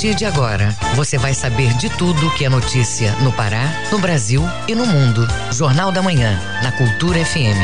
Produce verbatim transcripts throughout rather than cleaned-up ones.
partir de agora, você vai saber de tudo que é notícia no Pará, no Brasil e no mundo. Jornal da Manhã, na Cultura F M.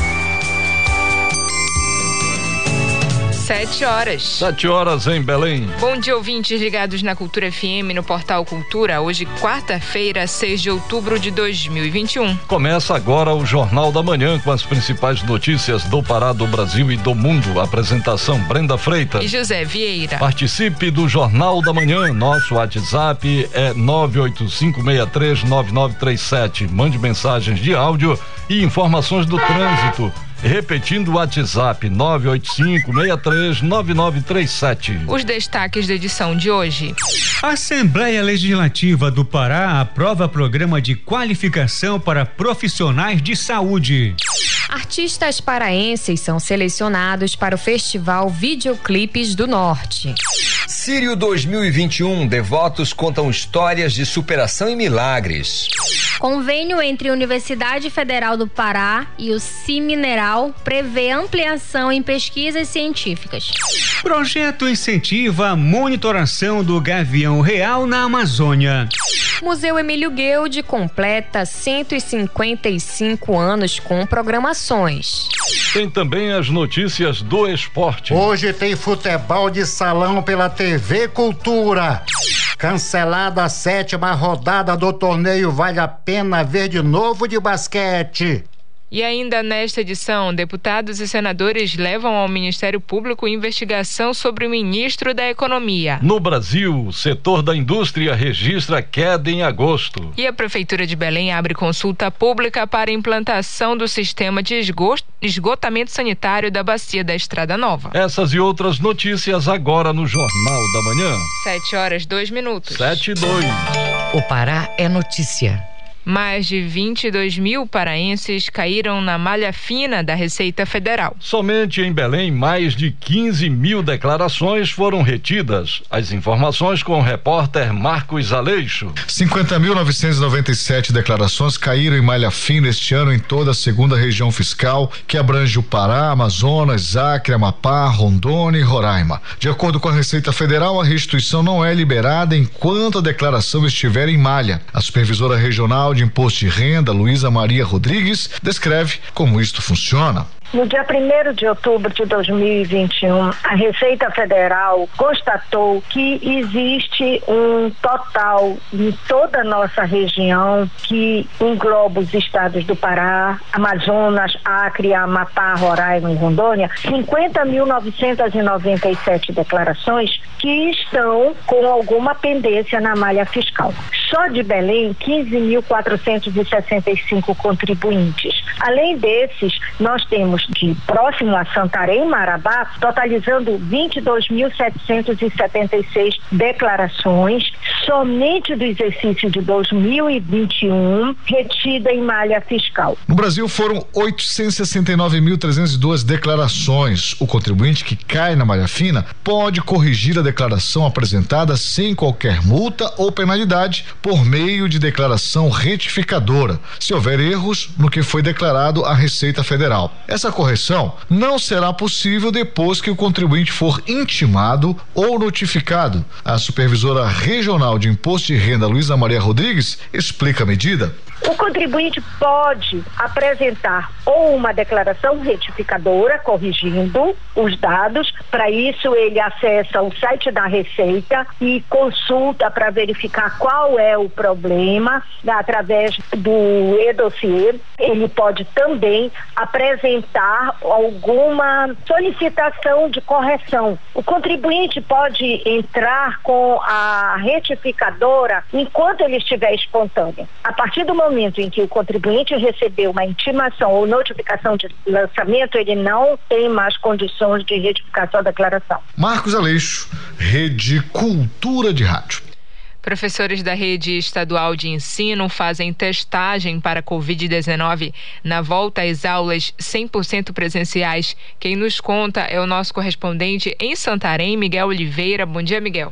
Sete horas. Sete horas em Belém. Bom dia, ouvintes ligados na Cultura F M, no Portal Cultura. Hoje, quarta-feira, seis de outubro de dois mil e vinte e um. Começa agora o Jornal da Manhã com as principais notícias do Pará, do Brasil e do mundo. Apresentação Brenda Freitas e José Vieira. Participe do Jornal da Manhã. Nosso WhatsApp é nove oito cinco seis três nove nove três sete. Mande mensagens de áudio e informações do trânsito. Repetindo o WhatsApp nove oito cinco seis três nove nove três sete. Os destaques da edição de hoje. A Assembleia Legislativa do Pará aprova programa de qualificação para profissionais de saúde. Artistas paraenses são selecionados para o Festival Videoclipes do Norte. Sírio dois mil e vinte e um, devotos contam histórias de superação e milagres. Convênio entre a Universidade Federal do Pará e o Cimineral prevê ampliação em pesquisas científicas. Projeto incentiva a monitoração do gavião real na Amazônia. Museu Emílio Guild completa cento e cinquenta e cinco anos com programações. Tem também as notícias do esporte. Hoje tem futebol de salão pela T V Cultura. Cancelada a sétima rodada do torneio Vale a Pena Ver de Novo de basquete. E ainda nesta edição, deputados e senadores levam ao Ministério Público investigação sobre o ministro da Economia. No Brasil, o setor da indústria registra queda em agosto. E a Prefeitura de Belém abre consulta pública para a implantação do sistema de esgotamento sanitário da Bacia da Estrada Nova. Essas e outras notícias agora no Jornal da Manhã. Sete horas, dois minutos. Sete e dois. O Pará é notícia. Mais de vinte e dois mil paraenses caíram na malha fina da Receita Federal. Somente em Belém, mais de quinze mil declarações foram retidas. As informações com o repórter Marcos Aleixo. cinquenta mil novecentas e noventa e sete declarações caíram em malha fina este ano em toda a segunda região fiscal, que abrange o Pará, Amazonas, Acre, Amapá, Rondônia e Roraima. De acordo com a Receita Federal, a restituição não é liberada enquanto a declaração estiver em malha. A supervisora regional de Imposto de Renda, Luísa Maria Rodrigues, descreve como isto funciona. No dia primeiro de outubro de dois mil e vinte e um, a Receita Federal constatou que existe um total em toda a nossa região, que engloba os estados do Pará, Amazonas, Acre, Amapá, Roraima e Rondônia, cinquenta mil novecentas e noventa e sete declarações que estão com alguma pendência na malha fiscal. Só de Belém, quinze mil quatrocentos e sessenta e cinco contribuintes. Além desses, nós temos de próximo a Santarém, Marabá, totalizando vinte e dois mil setecentos e setenta e seis declarações, somente do exercício de dois mil e vinte e um, retida em malha fiscal. No Brasil foram oitocentos e sessenta e nove mil trezentas e duas declarações. O contribuinte que cai na malha fina pode corrigir a declaração apresentada sem qualquer multa ou penalidade por meio de declaração retificadora, se houver erros no que foi declarado à Receita Federal. Essa correção não será possível depois que o contribuinte for intimado ou notificado. A supervisora regional de Imposto de Renda, Luísa Maria Rodrigues, explica a medida. O contribuinte pode apresentar ou uma declaração retificadora, corrigindo os dados. Para isso, ele acessa o site da Receita e consulta para verificar qual é o problema através do e-dossiê. Ele pode também apresentar alguma solicitação de correção. O contribuinte pode entrar com a retificadora enquanto ele estiver espontâneo. A partir do momento em que o contribuinte recebeu uma intimação ou notificação de lançamento, ele não tem mais condições de retificação da declaração. Marcos Aleixo, Rede Cultura de Rádio. Professores da rede estadual de ensino fazem testagem para covid dezenove na volta às aulas cem por cento presenciais. Quem nos conta é o nosso correspondente em Santarém, Miguel Oliveira. Bom dia, Miguel.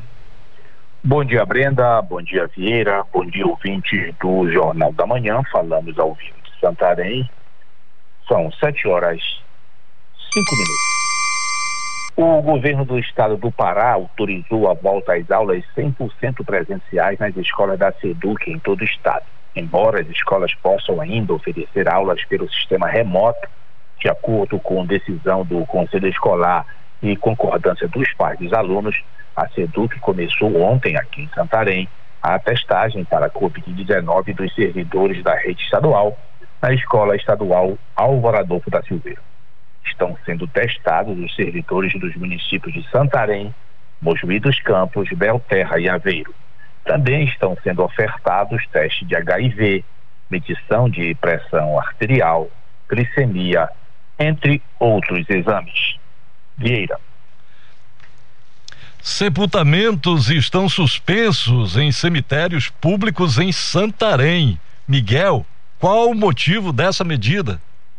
Bom dia, Brenda. Bom dia, Vieira. Bom dia, ouvinte do Jornal da Manhã. Falamos ao vivo de Santarém. São sete horas, cinco minutos. O governo do estado do Pará autorizou a volta às aulas cem por cento presenciais nas escolas da SEDUC em todo o estado. Embora as escolas possam ainda oferecer aulas pelo sistema remoto, de acordo com decisão do Conselho Escolar e concordância dos pais dos alunos, a SEDUC começou ontem aqui em Santarém a testagem para a covid dezenove dos servidores da rede estadual na Escola Estadual Álvaro Adolfo da Silveira. Estão sendo testados os servidores dos municípios de Santarém, Mojuí dos Campos, Belterra e Aveiro. Também estão sendo ofertados testes de H I V, medição de pressão arterial, glicemia, entre outros exames. Vieira. Sepultamentos estão suspensos em cemitérios públicos em Santarém. Miguel, qual o motivo dessa medida?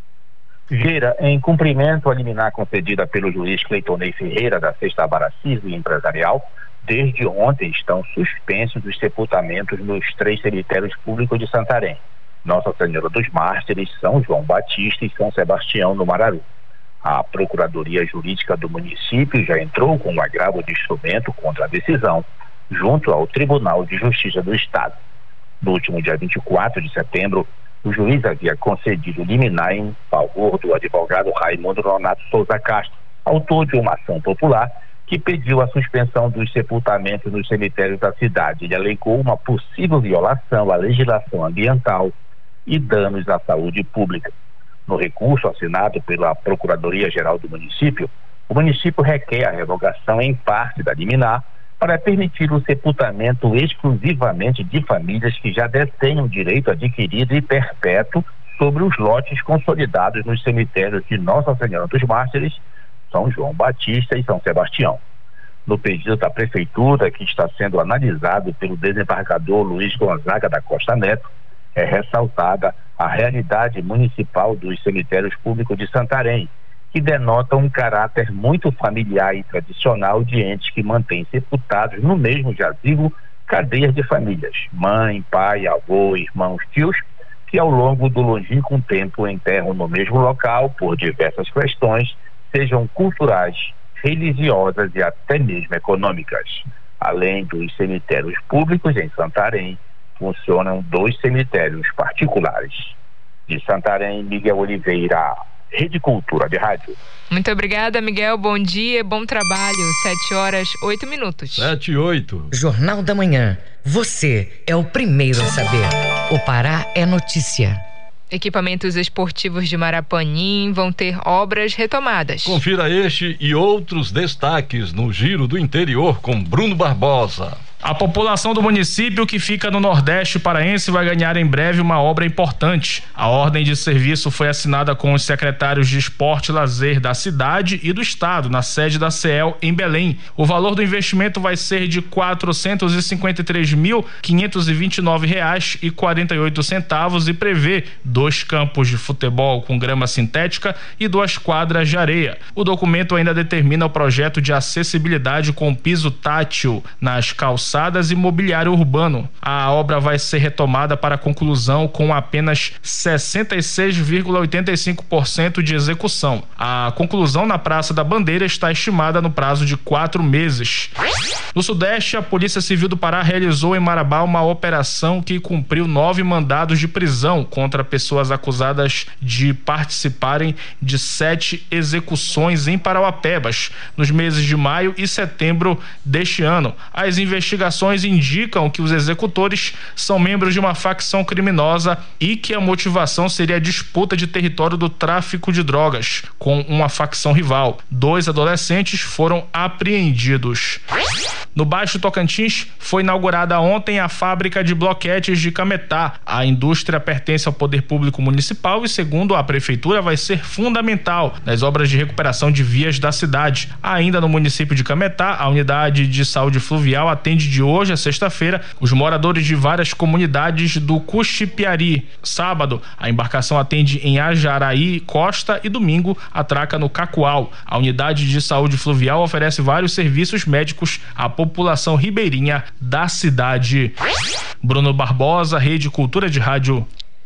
Vieira, em cumprimento à liminar concedida pelo juiz Cleitonei Ferreira da Sexta Vara Civil e Empresarial, desde ontem estão suspensos os sepultamentos nos três cemitérios públicos de Santarém: Nossa Senhora dos Mártires, São João Batista e São Sebastião no Mararu. A Procuradoria Jurídica do município já entrou com um agravo de instrumento contra a decisão, junto ao Tribunal de Justiça do Estado. No último dia vinte e quatro de setembro, o juiz havia concedido liminar em favor do advogado Raimundo Nonato Souza Castro, autor de uma ação popular que pediu a suspensão dos sepultamentos nos cemitérios da cidade. Ele alegou uma possível violação à legislação ambiental e danos à saúde pública. No recurso assinado pela Procuradoria-Geral do município, o município requer a revogação em parte da liminar para permitir o sepultamento exclusivamente de famílias que já detêm o direito adquirido e perpétuo sobre os lotes consolidados nos cemitérios de Nossa Senhora dos Mártires, São João Batista e São Sebastião. No pedido da Prefeitura, que está sendo analisado pelo desembargador Luiz Gonzaga da Costa Neto, é ressaltada a realidade municipal dos cemitérios públicos de Santarém, que denota um caráter muito familiar e tradicional de entes que mantêm sepultados no mesmo jazigo cadeias de famílias, mãe, pai, avô, irmãos, tios, que ao longo do longínquo tempo enterram no mesmo local por diversas questões, sejam culturais, religiosas e até mesmo econômicas. Além dos cemitérios públicos em Santarém, funcionam dois cemitérios particulares. De Santarém, Miguel Oliveira, Rede Cultura de Rádio. Muito obrigada, Miguel. Bom dia, bom trabalho. Sete horas, oito minutos. Sete e oito. Jornal da Manhã. Você é o primeiro a saber. O Pará é notícia. Equipamentos esportivos de Marapanim vão ter obras retomadas. Confira este e outros destaques no Giro do Interior com Bruno Barbosa. A população do município, que fica no Nordeste paraense, vai ganhar em breve uma obra importante. A ordem de serviço foi assinada com os secretários de Esporte e Lazer da cidade e do estado, na sede da C E L em Belém. O valor do investimento vai ser de quatrocentos e cinquenta e três mil, quinhentos e vinte e nove reais e quarenta e oito centavos e prevê dois campos de futebol com grama sintética e duas quadras de areia. O documento ainda determina o projeto de acessibilidade com piso tátil nas calçadas e mobiliário urbano. A obra vai ser retomada para conclusão com apenas sessenta e seis vírgula oitenta e cinco por cento de execução. A conclusão na Praça da Bandeira está estimada no prazo de quatro meses. No Sudeste, a Polícia Civil do Pará realizou em Marabá uma operação que cumpriu nove mandados de prisão contra pessoas acusadas de participarem de sete execuções em Parauapebas nos meses de maio e setembro deste ano. As investigações indicam que os executores são membros de uma facção criminosa e que a motivação seria a disputa de território do tráfico de drogas com uma facção rival. Dois adolescentes foram apreendidos. No Baixo Tocantins, foi inaugurada ontem a fábrica de bloquetes de Cametá. A indústria pertence ao Poder Público Municipal e, segundo a Prefeitura, vai ser fundamental nas obras de recuperação de vias da cidade. Ainda no município de Cametá, a unidade de saúde fluvial atende de hoje a sexta-feira os moradores de várias comunidades do Cuxipiari. Sábado, a embarcação atende em Ajaraí Costa e domingo atraca no Cacoal. A unidade de saúde fluvial oferece vários serviços médicos à população ribeirinha da cidade. Bruno Barbosa, Rede Cultura de Rádio.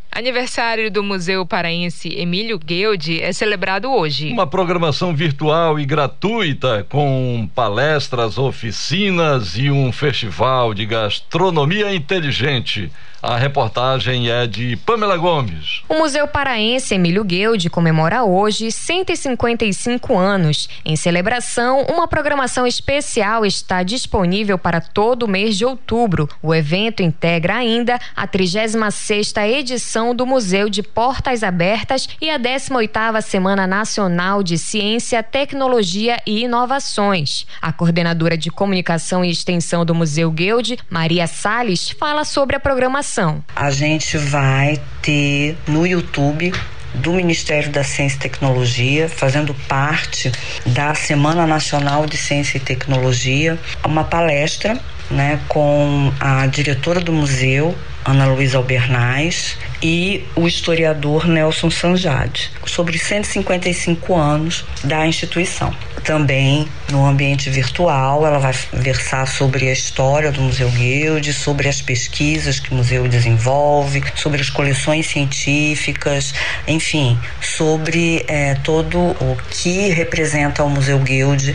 Aniversário do Museu Paraense Emílio Gueldi é celebrado hoje. Uma programação virtual e gratuita com palestras, oficinas e um festival de gastronomia inteligente. A reportagem é de Pamela Gomes. O Museu Paraense Emílio Gueldi comemora hoje cento e cinquenta e cinco anos. Em celebração, uma programação especial está disponível para todo o mês de outubro. O evento integra ainda a trigésima sexta edição do Museu de Portas Abertas e a décima oitava Semana Nacional de Ciência, Tecnologia e Inovações. A coordenadora de Comunicação e Extensão do Museu Gueldi, Maria Salles, fala sobre a programação. A gente vai ter no YouTube do Ministério da Ciência e Tecnologia, fazendo parte da Semana Nacional de Ciência e Tecnologia, uma palestra, né, com a diretora do museu, Ana Luísa Albernaz, e o historiador Nelson Sanjade, sobre cento e cinquenta e cinco anos da instituição. Também no ambiente virtual, ela vai versar sobre a história do Museu Gueldi, sobre as pesquisas que o museu desenvolve, sobre as coleções científicas, enfim, sobre é, todo o que representa o Museu Gueldi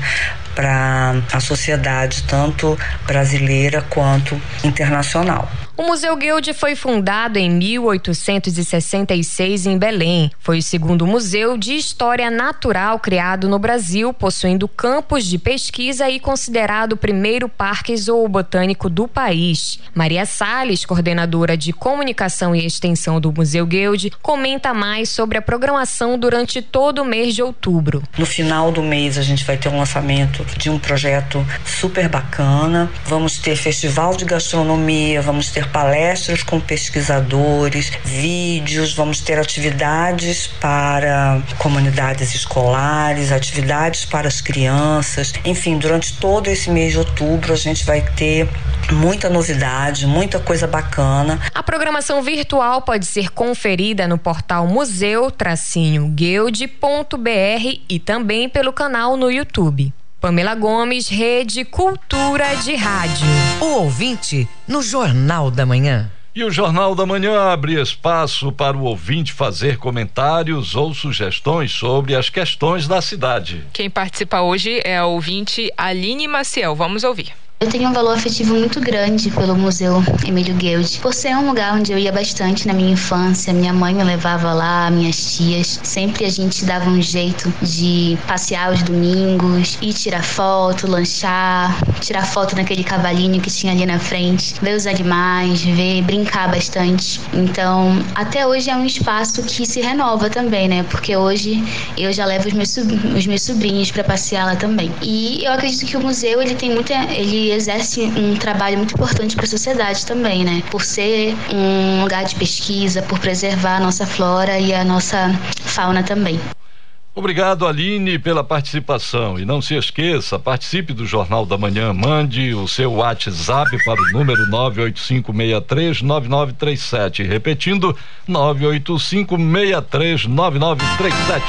para a sociedade, tanto brasileira quanto internacional. O Museu Gueldi foi fundado em mil oitocentos e sessenta e seis em Belém. Foi o segundo museu de história natural criado no Brasil, possuindo campos de pesquisa e considerado o primeiro parque zoobotânico do país. Maria Salles, coordenadora de Comunicação e Extensão do Museu Gueldi, comenta mais sobre a programação durante todo o mês de outubro. No final do mês a gente vai ter um lançamento de um projeto super bacana. Vamos ter festival de gastronomia, vamos ter palestras com pesquisadores, vídeos, vamos ter atividades para comunidades escolares, atividades para as crianças. Enfim, durante todo esse mês de outubro a gente vai ter muita novidade, muita coisa bacana. A programação virtual pode ser conferida no portal museu tracinho gueldi ponto b r e também pelo canal no YouTube. Pamela Gomes, Rede Cultura de Rádio. O ouvinte no Jornal da Manhã. E o Jornal da Manhã abre espaço para o ouvinte fazer comentários ou sugestões sobre as questões da cidade. Quem participa hoje é a ouvinte Aline Maciel. Vamos ouvir. Eu tenho um valor afetivo muito grande pelo Museu Emílio Gueldi, por ser um lugar onde eu ia bastante na minha infância. Minha mãe me levava lá, minhas tias. Sempre a gente dava um jeito de passear aos domingos, ir tirar foto, lanchar, tirar foto naquele cavalinho que tinha ali na frente, ver os animais, ver, brincar bastante. Então, até hoje é um espaço que se renova também, né? Porque hoje eu já levo os meus, os meus sobrinhos para passear lá também. E eu acredito que o museu, ele tem muita... ele exerce um trabalho muito importante para a sociedade também, né? Por ser um lugar de pesquisa, por preservar a nossa flora e a nossa fauna também. Obrigado, Aline, pela participação. E não se esqueça, participe do Jornal da Manhã. Mande o seu WhatsApp para o número nove oito cinco seis três nove nove três sete. Repetindo, nove oito cinco seis três nove nove três sete.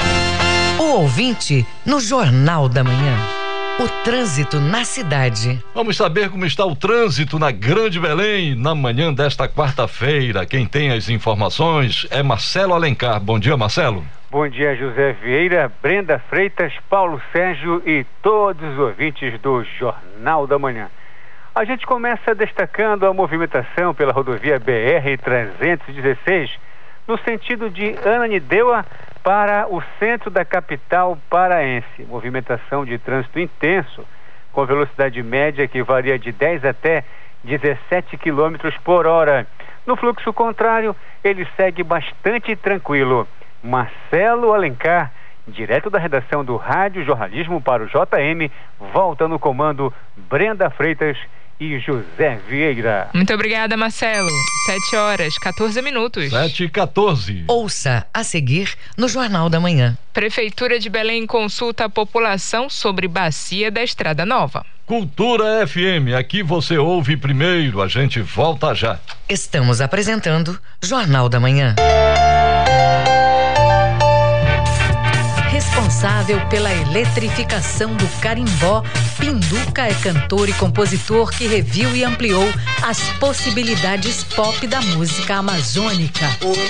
O ouvinte no Jornal da Manhã. O trânsito na cidade. Vamos saber como está o trânsito na Grande Belém na manhã desta quarta-feira. Quem tem as informações é Marcelo Alencar. Bom dia, Marcelo. Bom dia, José Vieira, Brenda Freitas, Paulo Sérgio e todos os ouvintes do Jornal da Manhã. A gente começa destacando a movimentação pela rodovia B R trezentos e dezesseis no sentido de Ananindeua para o centro da capital paraense. Movimentação de trânsito intenso, com velocidade média que varia de dez até dezessete quilômetros por hora. No fluxo contrário, ele segue bastante tranquilo. Marcelo Alencar, direto da redação do Rádio Jornalismo para o J M, volta no comando Brenda Freitas e José Vieira. Muito obrigada, Marcelo. Sete horas, quatorze minutos. Sete e quatorze. Ouça a seguir no Jornal da Manhã. Prefeitura de Belém consulta a população sobre bacia da Estrada Nova. Cultura F M, aqui você ouve primeiro, a gente volta já. Estamos apresentando Jornal da Manhã. responsável pela eletrificação do carimbó, Pinduca é cantor e compositor que reviu e ampliou as possibilidades pop da música amazônica.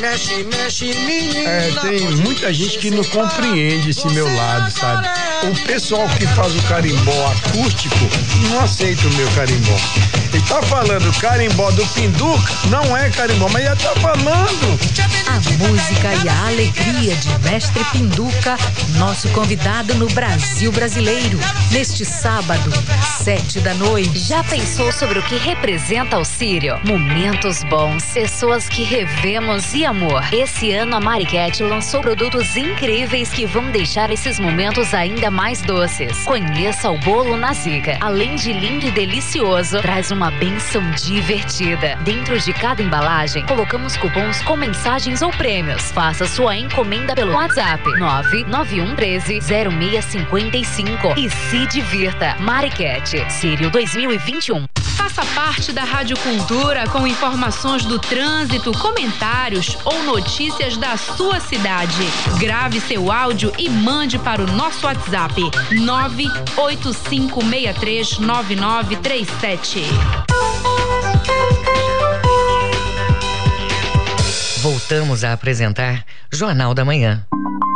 É, tem muita gente que não compreende esse meu lado, sabe? O pessoal que faz o carimbó acústico não aceita o meu carimbó. Ele tá falando carimbó do Pinduca, não é carimbó, mas já tá falando. A música e a alegria de Mestre Pinduca, nosso convidado no Brasil Brasileiro, neste sábado, sete da noite. Já pensou sobre o que representa o Sírio? Momentos bons, pessoas que revemos e amor. Esse ano a Mariquete lançou produtos incríveis que vão deixar esses momentos ainda mais doces. Conheça o bolo na Zica. Além de lindo e delicioso, traz uma benção divertida. Dentro de cada embalagem, colocamos cupons com mensagens ou prêmios. Faça sua encomenda pelo WhatsApp nove nove um um três zero seis cinco cinco e se divirta. Mariquete, Sírio dois mil e vinte e um. Faça parte da Rádio Cultura com informações do trânsito, comentários ou notícias da sua cidade. Grave seu áudio e mande para o nosso WhatsApp nove oito cinco seis três nove nove três sete. Voltamos a apresentar Jornal da Manhã.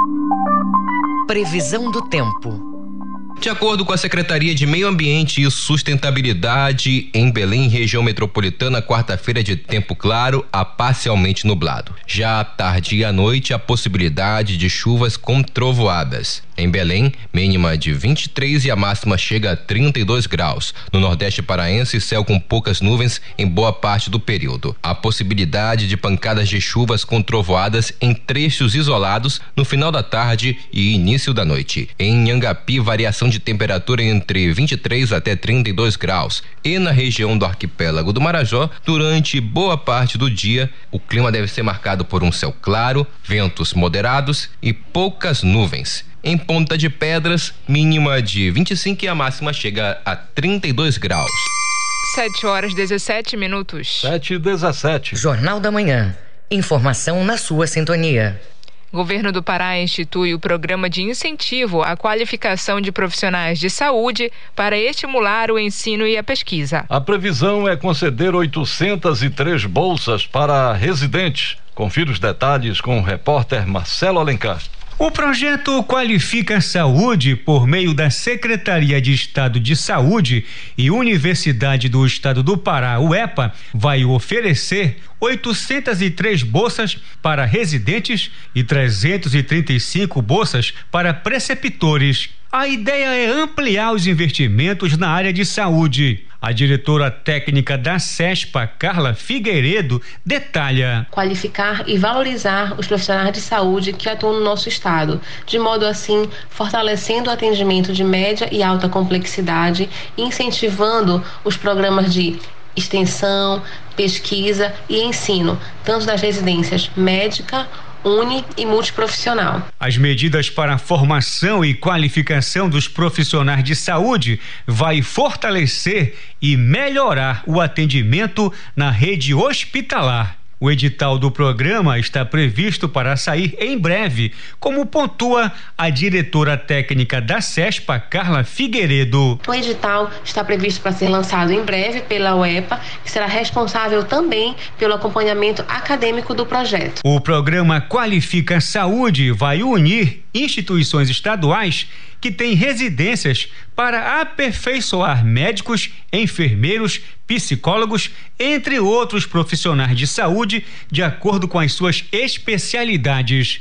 Previsão do tempo. De acordo com a Secretaria de Meio Ambiente e Sustentabilidade, em Belém, região metropolitana, quarta-feira de tempo claro a parcialmente nublado. Já à tarde e à noite, a possibilidade de chuvas com trovoadas. Em Belém, mínima de vinte e três e a máxima chega a trinta e dois graus. No Nordeste paraense, céu com poucas nuvens em boa parte do período. A possibilidade de pancadas de chuvas com trovoadas em trechos isolados no final da tarde e início da noite. Em Angapi, variação de temperatura entre vinte e três até trinta e dois graus. E na região do arquipélago do Marajó, durante boa parte do dia, o clima deve ser marcado por um céu claro, ventos moderados e poucas nuvens. Em Ponta de Pedras, mínima de vinte e cinco e a máxima chega a trinta e dois graus. sete horas e dezessete minutos. sete e dezessete. Jornal da Manhã. Informação na sua sintonia. Governo do Pará institui o programa de incentivo à qualificação de profissionais de saúde para estimular o ensino e a pesquisa. A previsão é conceder oitocentas e três bolsas para residentes. Confira os detalhes com o repórter Marcelo Alencar. O projeto Qualifica Saúde, por meio da Secretaria de Estado de Saúde e Universidade do Estado do Pará, U E P A, vai oferecer oitocentas e três bolsas para residentes e trezentas e trinta e cinco bolsas para preceptores. A ideia é ampliar os investimentos na área de saúde. A diretora técnica da SESPA, Carla Figueiredo, detalha. Qualificar e valorizar os profissionais de saúde que atuam no nosso estado, de modo assim fortalecendo o atendimento de média e alta complexidade e incentivando os programas de extensão, pesquisa e ensino, tanto das residências médica, uni e multiprofissional. As medidas para a formação e qualificação dos profissionais de saúde vai fortalecer e melhorar o atendimento na rede hospitalar. O edital do programa está previsto para sair em breve, como pontua a diretora técnica da SESPA, Carla Figueiredo. O edital está previsto para ser lançado em breve pela U E P A, que será responsável também pelo acompanhamento acadêmico do projeto. O programa Qualifica Saúde vai unir instituições estaduais que têm residências para aperfeiçoar médicos, enfermeiros, psicólogos, entre outros profissionais de saúde, de acordo com as suas especialidades.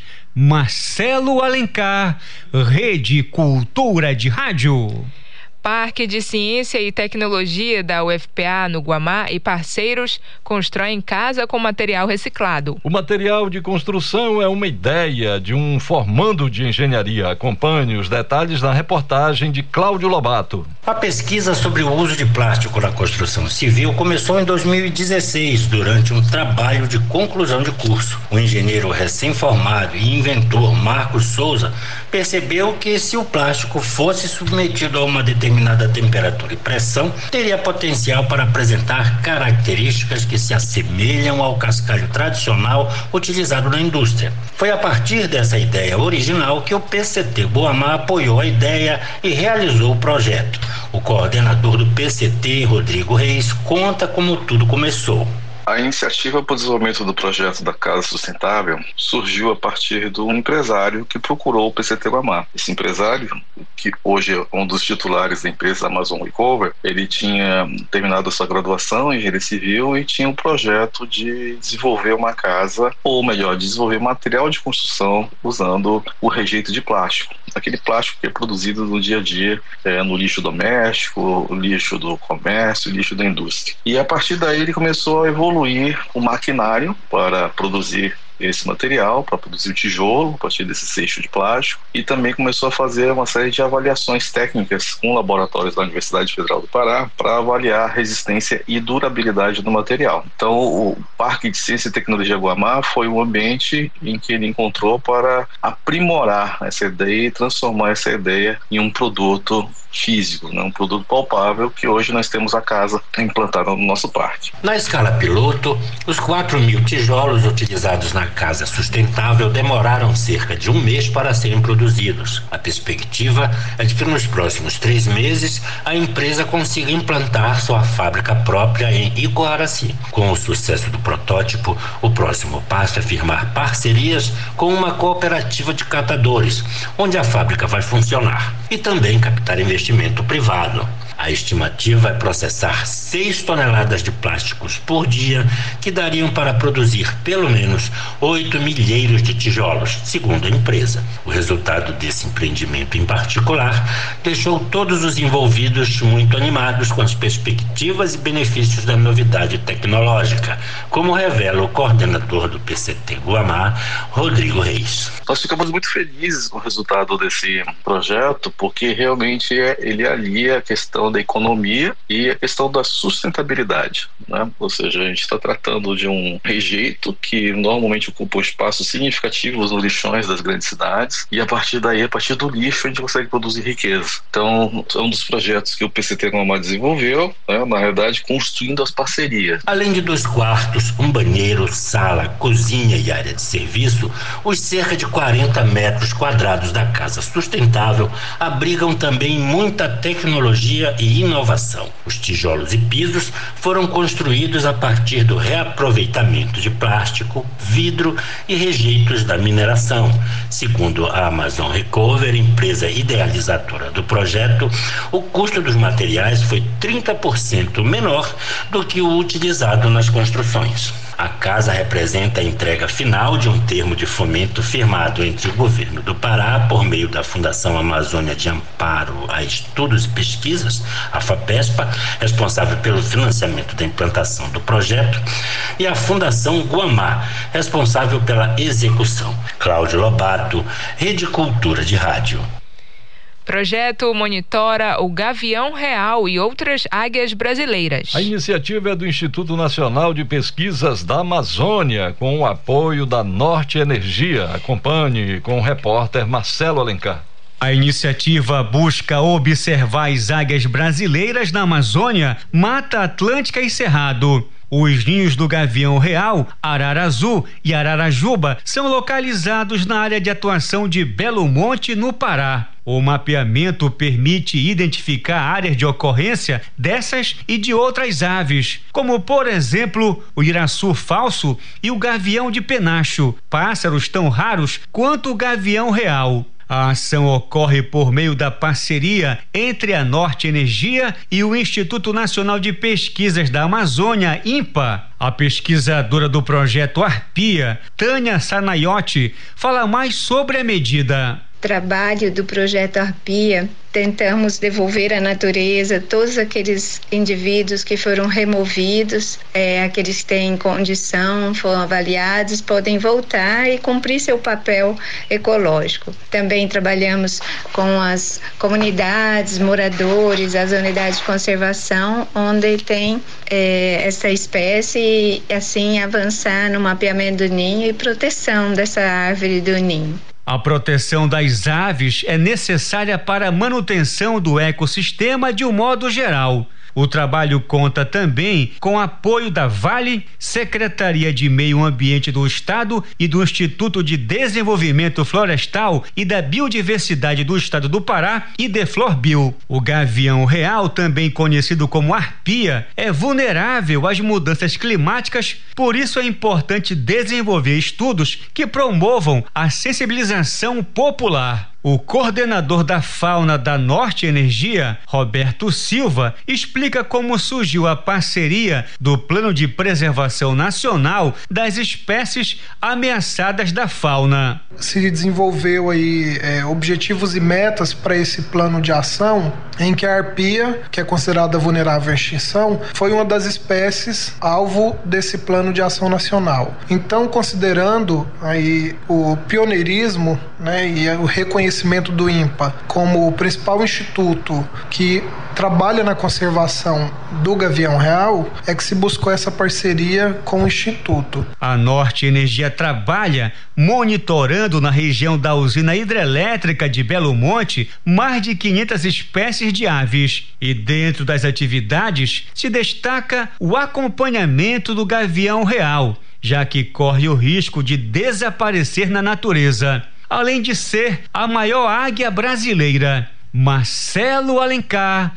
Marcelo Alencar, Rede Cultura de Rádio. Parque de Ciência e Tecnologia da U F P A no Guamá e parceiros constroem casa com material reciclado. O material de construção é uma ideia de um formando de engenharia. Acompanhe os detalhes na reportagem de Cláudio Lobato. A pesquisa sobre o uso de plástico na construção civil começou em dois mil e dezesseis, durante um trabalho de conclusão de curso. O engenheiro recém-formado e inventor Marcos Souza percebeu que se o plástico fosse submetido a uma determinada determinada temperatura e pressão, teria potencial para apresentar características que se assemelham ao cascalho tradicional utilizado na indústria. Foi a partir dessa ideia original que o P C T Guamá apoiou a ideia e realizou o projeto. O coordenador do P C T, Rodrigo Reis, conta como tudo começou. A iniciativa para o desenvolvimento do projeto da Casa Sustentável surgiu a partir de um empresário que procurou o P C T Guamá. Esse empresário, que hoje é um dos titulares da empresa Amazon Recover, ele tinha terminado a sua graduação em engenharia civil e tinha um projeto de desenvolver uma casa, ou melhor, desenvolver material de construção usando o rejeito de plástico. Aquele plástico que é produzido no dia a dia, é, no lixo doméstico, lixo do comércio, lixo da indústria. E a partir daí ele começou a evoluir o maquinário para produzir esse material, para produzir o tijolo a partir desse seixo de plástico, e também começou a fazer uma série de avaliações técnicas com laboratórios da Universidade Federal do Pará para avaliar a resistência e durabilidade do material. Então o Parque de Ciência e Tecnologia Guamá foi um ambiente em que ele encontrou para aprimorar essa ideia e transformar essa ideia em um produto físico, né? Um produto palpável que hoje nós temos a casa implantada no nosso parque. Na escala piloto, os quatro mil tijolos utilizados na Casa Sustentável demoraram cerca de um mês para serem produzidos. A perspectiva é de que nos próximos três meses a empresa consiga implantar sua fábrica própria em Icoaraci. Com o sucesso do protótipo, o próximo passo é firmar parcerias com uma cooperativa de catadores, onde a fábrica vai funcionar, e também captar investimento privado. A estimativa é processar seis toneladas de plásticos por dia, que dariam para produzir pelo menos oito milheiros de tijolos, segundo a empresa. O resultado desse empreendimento em particular deixou todos os envolvidos muito animados com as perspectivas e benefícios da novidade tecnológica, como revela o coordenador do P C T Guamá, Rodrigo Reis. Nós ficamos muito felizes com o resultado desse projeto, porque realmente ele alia a questão da economia e a questão da sustentabilidade, né? Ou seja, a gente está tratando de um rejeito que normalmente ocupa espaços significativos nos lixões das grandes cidades, e a partir daí, a partir do lixo, a gente consegue produzir riqueza. Então, é um dos projetos que o P C T Guamá desenvolveu, né? Na realidade, construindo as parcerias. Além de dois quartos, um banheiro, sala, cozinha e área de serviço, os cerca de quarenta metros quadrados da Casa Sustentável abrigam também muita tecnologia e inovação. Os tijolos e pisos foram construídos a partir do reaproveitamento de plástico, vidro e rejeitos da mineração. Segundo a Amazon Recover, empresa idealizadora do projeto, o custo dos materiais foi trinta por cento menor do que o utilizado nas construções. A casa representa a entrega final de um termo de fomento firmado entre o governo do Pará, por meio da Fundação Amazônia de Amparo a Estudos e Pesquisas, a FAPESPA, responsável pelo financiamento da implantação do projeto, e a Fundação Guamá, responsável pela execução. Cláudio Lobato, Rede Cultura de Rádio. Projeto monitora o gavião real e outras águias brasileiras. A iniciativa é do Instituto Nacional de Pesquisas da Amazônia, com o apoio da Norte Energia. Acompanhe com o repórter Marcelo Alencar. A iniciativa busca observar as águias brasileiras na Amazônia, Mata Atlântica e Cerrado. Os ninhos do gavião real, arara azul e ararajuba são localizados na área de atuação de Belo Monte, no Pará. O mapeamento permite identificar áreas de ocorrência dessas e de outras aves, como, por exemplo, o iraçu falso e o gavião de penacho, pássaros tão raros quanto o gavião real. A ação ocorre por meio da parceria entre a Norte Energia e o Instituto Nacional de Pesquisas da Amazônia, INPA. A pesquisadora do projeto Arpia, Tânia Sanaiotti, fala mais sobre a medida. Trabalho do projeto Arpia, tentamos devolver à natureza todos aqueles indivíduos que foram removidos, é, aqueles que têm condição, foram avaliados, podem voltar e cumprir seu papel ecológico. Também trabalhamos com as comunidades, moradores, as unidades de conservação, onde tem é, essa espécie, e assim avançar no mapeamento do ninho e proteção dessa árvore do ninho. A proteção das aves é necessária para a manutenção do ecossistema de um modo geral. O trabalho conta também com apoio da Vale, Secretaria de Meio Ambiente do Estado e do Instituto de Desenvolvimento Florestal e da Biodiversidade do Estado do Pará e Deflorbio. O gavião real, também conhecido como arpia, é vulnerável às mudanças climáticas, por isso é importante desenvolver estudos que promovam a sensibilização popular. O coordenador da fauna da Norte Energia, Roberto Silva, explica como surgiu a parceria do Plano de Preservação Nacional das Espécies Ameaçadas da Fauna. Se desenvolveu aí é, objetivos e metas para esse plano de ação, em que a arpia, que é considerada vulnerável à extinção, foi uma das espécies alvo desse plano de ação nacional. Então, considerando aí o pioneirismo, né, e o reconhecimento do INPA como o principal instituto que trabalha na conservação do gavião real, é que se buscou essa parceria com o Instituto. A Norte Energia trabalha monitorando na região da usina hidrelétrica de Belo Monte mais de quinhentas espécies de aves. E dentro das atividades se destaca o acompanhamento do gavião real, já que corre o risco de desaparecer na natureza. Além de ser a maior águia brasileira. Marcelo Alencar,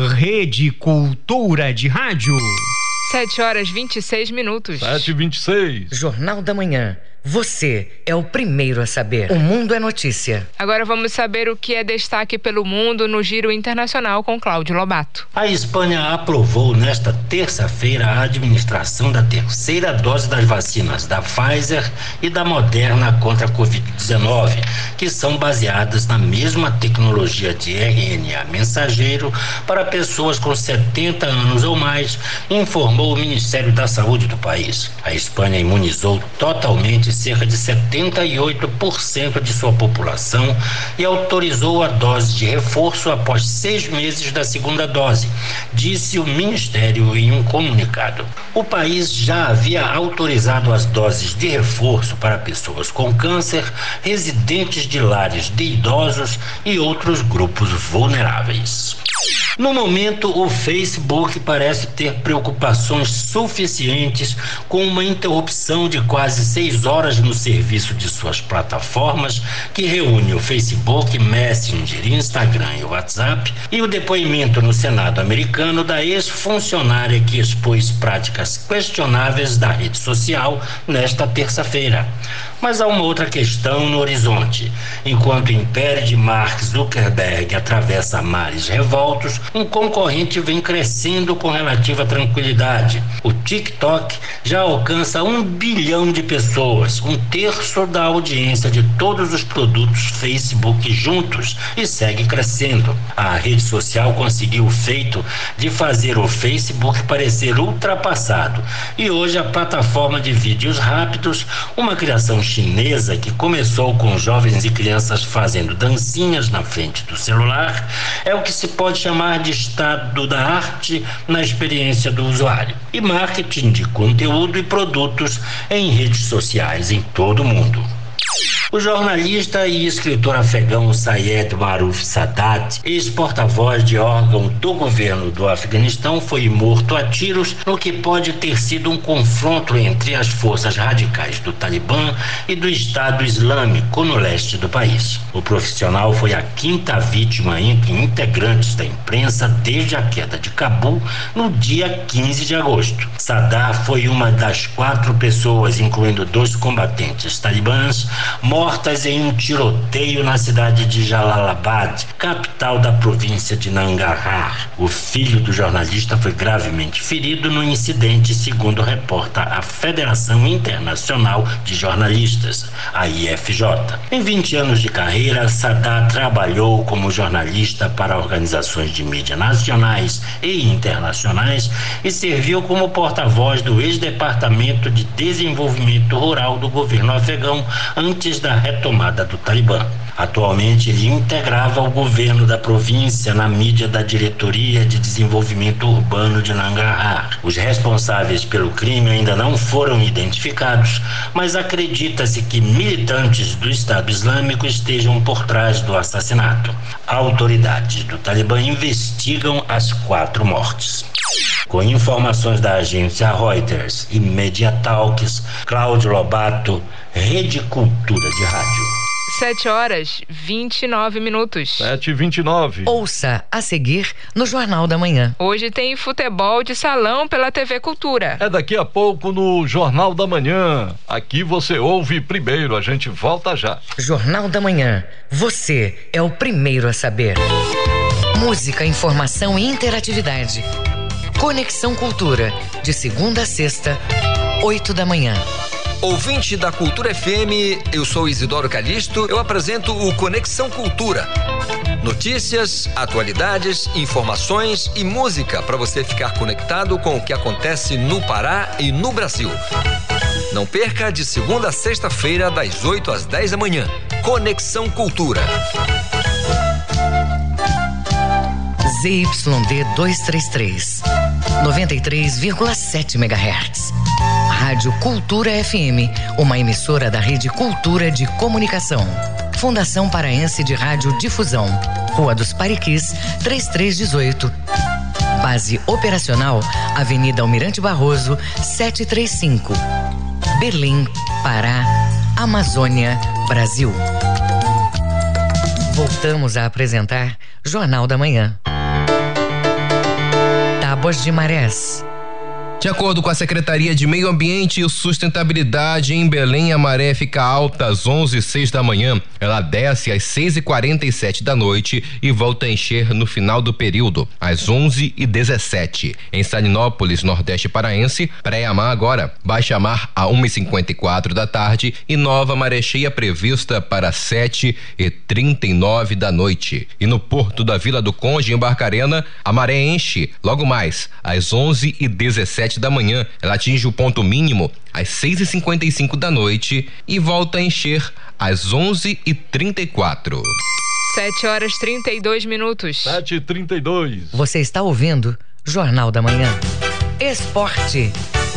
Rede Cultura de Rádio. sete horas e vinte e seis minutos. sete e vinte e seis. Jornal da Manhã. Você é o primeiro a saber. O Mundo é Notícia. Agora vamos saber o que é destaque pelo mundo no Giro Internacional com Cláudio Lobato. A Espanha aprovou nesta terça-feira a administração da terceira dose das vacinas da Pfizer e da Moderna contra a covid dezenove, que são baseadas na mesma tecnologia de R N A mensageiro para pessoas com setenta anos ou mais, informou o Ministério da Saúde do país. A Espanha imunizou totalmente cerca de setenta e oito por cento de sua população e autorizou a dose de reforço após seis meses da segunda dose, disse o Ministério em um comunicado. O país já havia autorizado as doses de reforço para pessoas com câncer, residentes de lares de idosos e outros grupos vulneráveis. No momento, o Facebook parece ter preocupações suficientes com uma interrupção de quase seis horas no serviço de suas plataformas, que reúne o Facebook, Messenger, Instagram e WhatsApp, e o depoimento no Senado americano da ex-funcionária que expôs práticas questionáveis da rede social nesta terça-feira. Mas há uma outra questão no horizonte. Enquanto o império de Mark Zuckerberg atravessa mares revoltos, um concorrente vem crescendo com relativa tranquilidade. O TikTok já alcança um bilhão de pessoas, um terço da audiência de todos os produtos Facebook juntos, e segue crescendo. A rede social conseguiu o feito de fazer o Facebook parecer ultrapassado, e hoje a plataforma de vídeos rápidos, uma criação chinesa que começou com jovens e crianças fazendo dancinhas na frente do celular, é o que se pode chamar de estado da arte na experiência do usuário, e marketing de conteúdo e produtos em redes sociais em todo o mundo. O jornalista e escritor afegão Sayed Maruf Sadat, ex-porta-voz de órgão do governo do Afeganistão, foi morto a tiros no que pode ter sido um confronto entre as forças radicais do Talibã e do Estado Islâmico no leste do país. O profissional foi a quinta vítima entre integrantes da imprensa desde a queda de Cabul no dia quinze de agosto. Sadat foi uma das quatro pessoas, incluindo dois combatentes talibãs, mortas em um tiroteio na cidade de Jalalabad, capital da província de Nangarhar. O filho do jornalista foi gravemente ferido no incidente, segundo reporta a Federação Internacional de Jornalistas, a I F J. Em vinte anos de carreira, Sadat trabalhou como jornalista para organizações de mídia nacionais e internacionais e serviu como porta-voz do ex-departamento de desenvolvimento rural do governo afegão antes da retomada do Talibã. Atualmente, ele integrava o governo da província na mídia da Diretoria de Desenvolvimento Urbano de Nangarhar. Os responsáveis pelo crime ainda não foram identificados, mas acredita-se que militantes do Estado Islâmico estejam por trás do assassinato. Autoridades do Talibã investigam as quatro mortes. Com informações da agência Reuters e Mediatalks, Cláudio Lobato, Rede Cultura de Rádio. Sete horas, vinte e nove minutos. Sete e vinte e nove. Ouça a seguir no Jornal da Manhã. Hoje tem futebol de salão pela T V Cultura. É daqui a pouco no Jornal da Manhã. Aqui você ouve primeiro, a gente volta já. Jornal da Manhã. Você é o primeiro a saber. Música, informação e interatividade. Conexão Cultura, de segunda a sexta, oito da manhã. Ouvinte da Cultura F M, eu sou Isidoro Calixto, eu apresento o Conexão Cultura. Notícias, atualidades, informações e música para você ficar conectado com o que acontece no Pará e no Brasil. Não perca, de segunda a sexta-feira, das oito às dez da manhã. Conexão Cultura. Z Y D duzentos e trinta e três, noventa e três vírgula sete megahertz. Rádio Cultura F M, uma emissora da Rede Cultura de Comunicação. Fundação Paraense de Rádio Difusão. Rua dos Pariquis, trinta e três dezoito. Base operacional, Avenida Almirante Barroso, setecentos e trinta e cinco. Belém, Pará, Amazônia, Brasil. Voltamos a apresentar Jornal da Manhã. Tábuas de Marés. De acordo com a Secretaria de Meio Ambiente e Sustentabilidade, em Belém a maré fica alta às onze e seis da manhã. Ela desce às seis e quarenta e sete da noite e volta a encher no final do período, às onze e dezessete. Em Salinópolis, Nordeste Paraense, Praia-Mar agora, baixa mar a uma e cinquenta e quatro da tarde e nova maré cheia prevista para sete e trinta e nove da noite. E no Porto da Vila do Conde, em Barcarena, a maré enche logo mais às onze e dezessete da manhã. Ela atinge o ponto mínimo às seis e cinquenta e cinco da noite e volta a encher às onze e trinta e quatro. Sete horas trinta e dois minutos. Sete e trinta e dois. Você está ouvindo Jornal da Manhã. Esporte.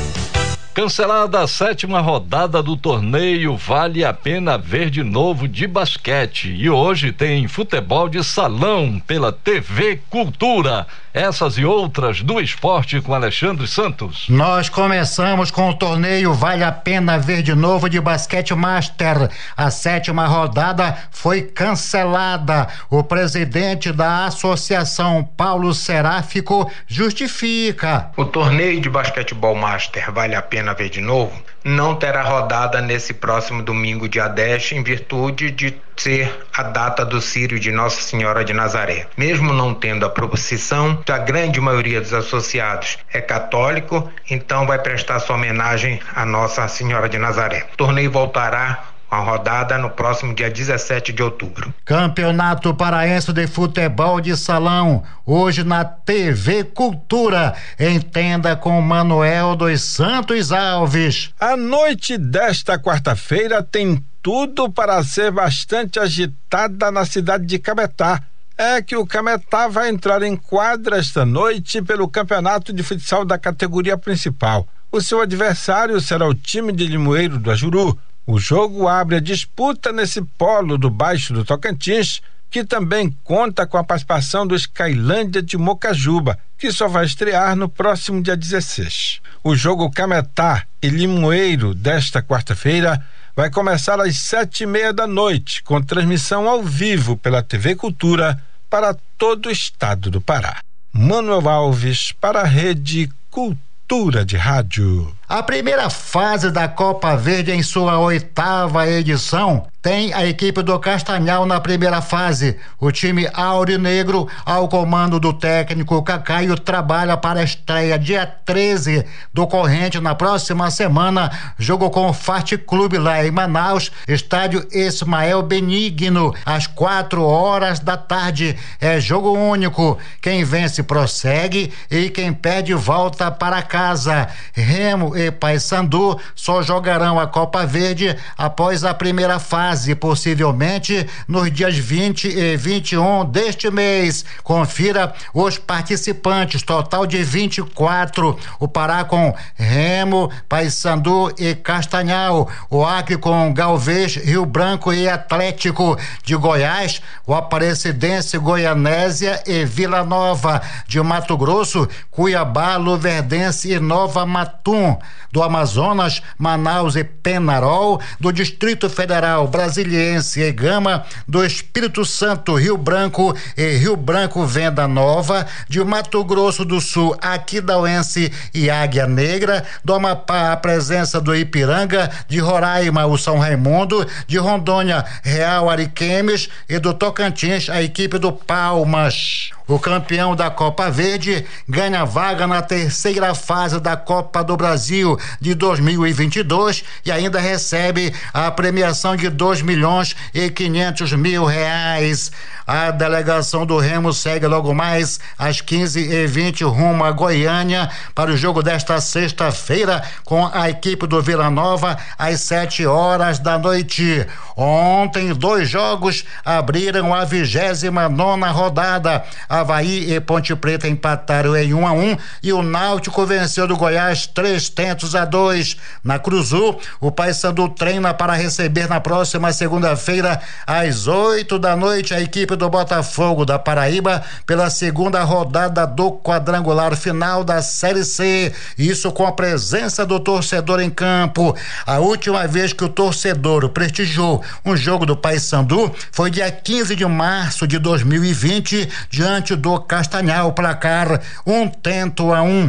Cancelada a sétima rodada do torneio Vale a Pena Ver de Novo de basquete. E hoje tem futebol de salão pela T V Cultura. Essas e outras do esporte com Alexandre Santos. Nós começamos com o torneio Vale a Pena Ver de Novo de basquete Master. A sétima rodada foi cancelada. O presidente da associação, Paulo Seráfico, justifica. O torneio de basquetebol Master Vale a Pena Ver de Novo não terá rodada nesse próximo domingo, dia dez, em virtude de ser a data do Círio de Nossa Senhora de Nazaré. Mesmo não tendo a procissão, a grande maioria dos associados é católico, então vai prestar sua homenagem à Nossa Senhora de Nazaré. O torneio voltará a rodada no próximo dia dezessete de outubro. Campeonato Paraense de Futebol de Salão, hoje na T V Cultura. Entenda com Manuel dos Santos Alves. A noite desta quarta-feira tem tudo para ser bastante agitada na cidade de Cametá. É que o Cametá vai entrar em quadra esta noite pelo campeonato de futsal da categoria principal. O seu adversário será o time de Limoeiro do Ajuru. O jogo abre a disputa nesse polo do Baixo do Tocantins, que também conta com a participação do Skylândia de Mocajuba, que só vai estrear no próximo dia dezesseis. O jogo Cametá e Limoeiro desta quarta-feira vai começar às sete e meia da noite, com transmissão ao vivo pela T V Cultura para todo o estado do Pará. Manuel Alves para a Rede Cultura de Rádio. A primeira fase da Copa Verde, em sua oitava edição, tem a equipe do Castanhal na primeira fase. O time aurinegro, ao comando do técnico Cacaio, trabalha para a estreia dia treze do Corrente na próxima semana. Jogo com o Fart Clube lá em Manaus, estádio Ismael Benigno, às quatro horas da tarde. É jogo único. Quem vence prossegue e quem perde volta para casa. Remo e Paysandu só jogarão a Copa Verde após a primeira fase, possivelmente nos dias vinte e vinte e um deste mês. Confira os participantes, total de vinte e quatro. O Pará com Remo, Paysandu e Castanhal. O Acre com Galvez, Rio Branco e Atlético. De Goiás, o Aparecidense, Goianésia e Vila Nova. De Mato Grosso, Cuiabá, Luverdense e Nova Matum. Do Amazonas, Manaus e Penarol. Do Distrito Federal, Brasiliense e Gama. Do Espírito Santo, Rio Branco e Rio Branco, Venda Nova. De Mato Grosso do Sul, Aquidauense e Águia Negra. Do Amapá, a presença do Ipiranga. De Roraima, o São Raimundo. De Rondônia, Real Ariquemes. E do Tocantins, a equipe do Palmas. O campeão da Copa Verde ganha vaga na terceira fase da Copa do Brasil de dois mil e vinte e dois e ainda recebe a premiação de dois milhões e quinhentos mil reais. A delegação do Remo segue logo mais às quinze e vinte rumo a Goiânia para o jogo desta sexta-feira com a equipe do Vila Nova às sete horas da noite. Ontem, dois jogos abriram a vigésima nona rodada. Avaí e Ponte Preta empataram em um a um e o Náutico venceu do Goiás três tentos a dois. Na Cruzul, o Paysandu treina para receber na próxima segunda-feira às oito da noite a equipe do Botafogo da Paraíba pela segunda rodada do quadrangular final da Série C. Isso com a presença do torcedor em campo. A última vez que o torcedor prestigiou um jogo do Paysandu foi dia quinze de março de dois mil e vinte, diante do Castanhal, placar um tento a um.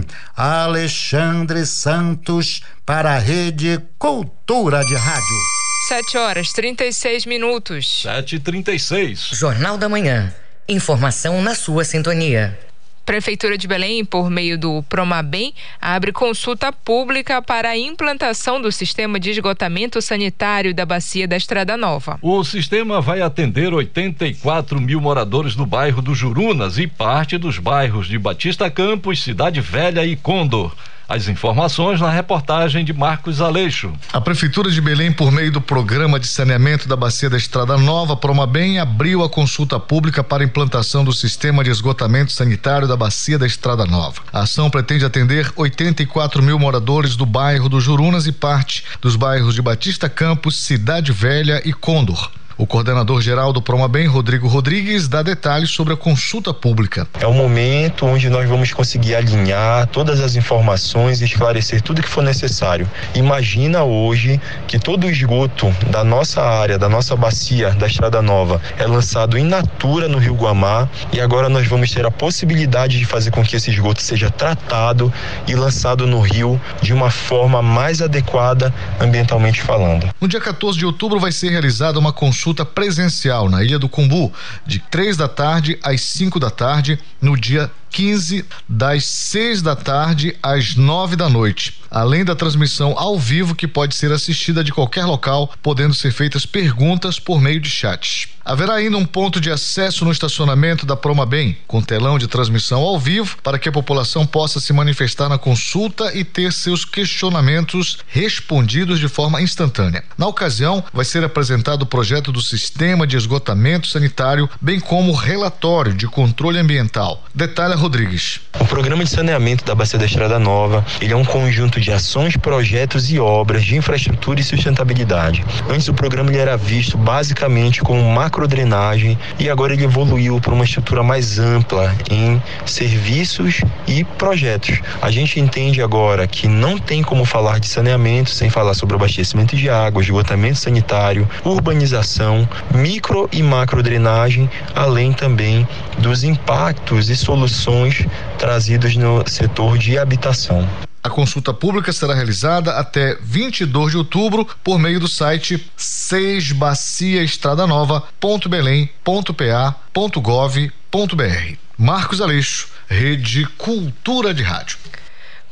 Alexandre Santos para a Rede Cultura de Rádio. Sete horas, trinta e seis minutos. Sete e trinta e seis. Jornal da Manhã. Informação na sua sintonia. Prefeitura de Belém, por meio do Promabem, abre consulta pública para a implantação do sistema de esgotamento sanitário da Bacia da Estrada Nova. O sistema vai atender oitenta e quatro mil moradores do bairro do Jurunas e parte dos bairros de Batista Campos, Cidade Velha e Condor. As informações na reportagem de Marcos Aleixo. A Prefeitura de Belém, por meio do Programa de Saneamento da Bacia da Estrada Nova, Promabem, abriu a consulta pública para a implantação do sistema de esgotamento sanitário da Bacia da Estrada Nova. A ação pretende atender oitenta e quatro mil moradores do bairro do Jurunas e parte dos bairros de Batista Campos, Cidade Velha e Condor. O coordenador-geral do Promabem, Rodrigo Rodrigues, dá detalhes sobre a consulta pública. É o momento onde nós vamos conseguir alinhar todas as informações e esclarecer tudo que for necessário. Imagina hoje que todo o esgoto da nossa área, da nossa bacia da Estrada Nova, é lançado in natura no Rio Guamá e agora nós vamos ter a possibilidade de fazer com que esse esgoto seja tratado e lançado no rio de uma forma mais adequada ambientalmente falando. No dia quatorze de outubro vai ser realizada uma consulta Consulta presencial na Ilha do Cumbu, de três da tarde às cinco da tarde, no dia quinze, das seis da tarde às nove da noite. Além da transmissão ao vivo, que pode ser assistida de qualquer local, podendo ser feitas perguntas por meio de chats. Haverá ainda um ponto de acesso no estacionamento da Promabem, com telão de transmissão ao vivo, para que a população possa se manifestar na consulta e ter seus questionamentos respondidos de forma instantânea. Na ocasião, vai ser apresentado o projeto do sistema de esgotamento sanitário, bem como o relatório de controle ambiental. Detalha Rodrigues. O programa de saneamento da Bacia da Estrada Nova, ele é um conjunto de ações, projetos e obras de infraestrutura e sustentabilidade. Antes o programa ele era visto basicamente como macrodrenagem e agora ele evoluiu para uma estrutura mais ampla em serviços e projetos. A gente entende agora que não tem como falar de saneamento sem falar sobre abastecimento de água, esgotamento sanitário, urbanização, micro e macrodrenagem, além também dos impactos e soluções trazidos no setor de habitação. A consulta pública será realizada até vinte e dois de outubro por meio do site seis bacia estrada nova ponto belém ponto p a ponto gov ponto b r. Marcos Aleixo, Rede Cultura de Rádio.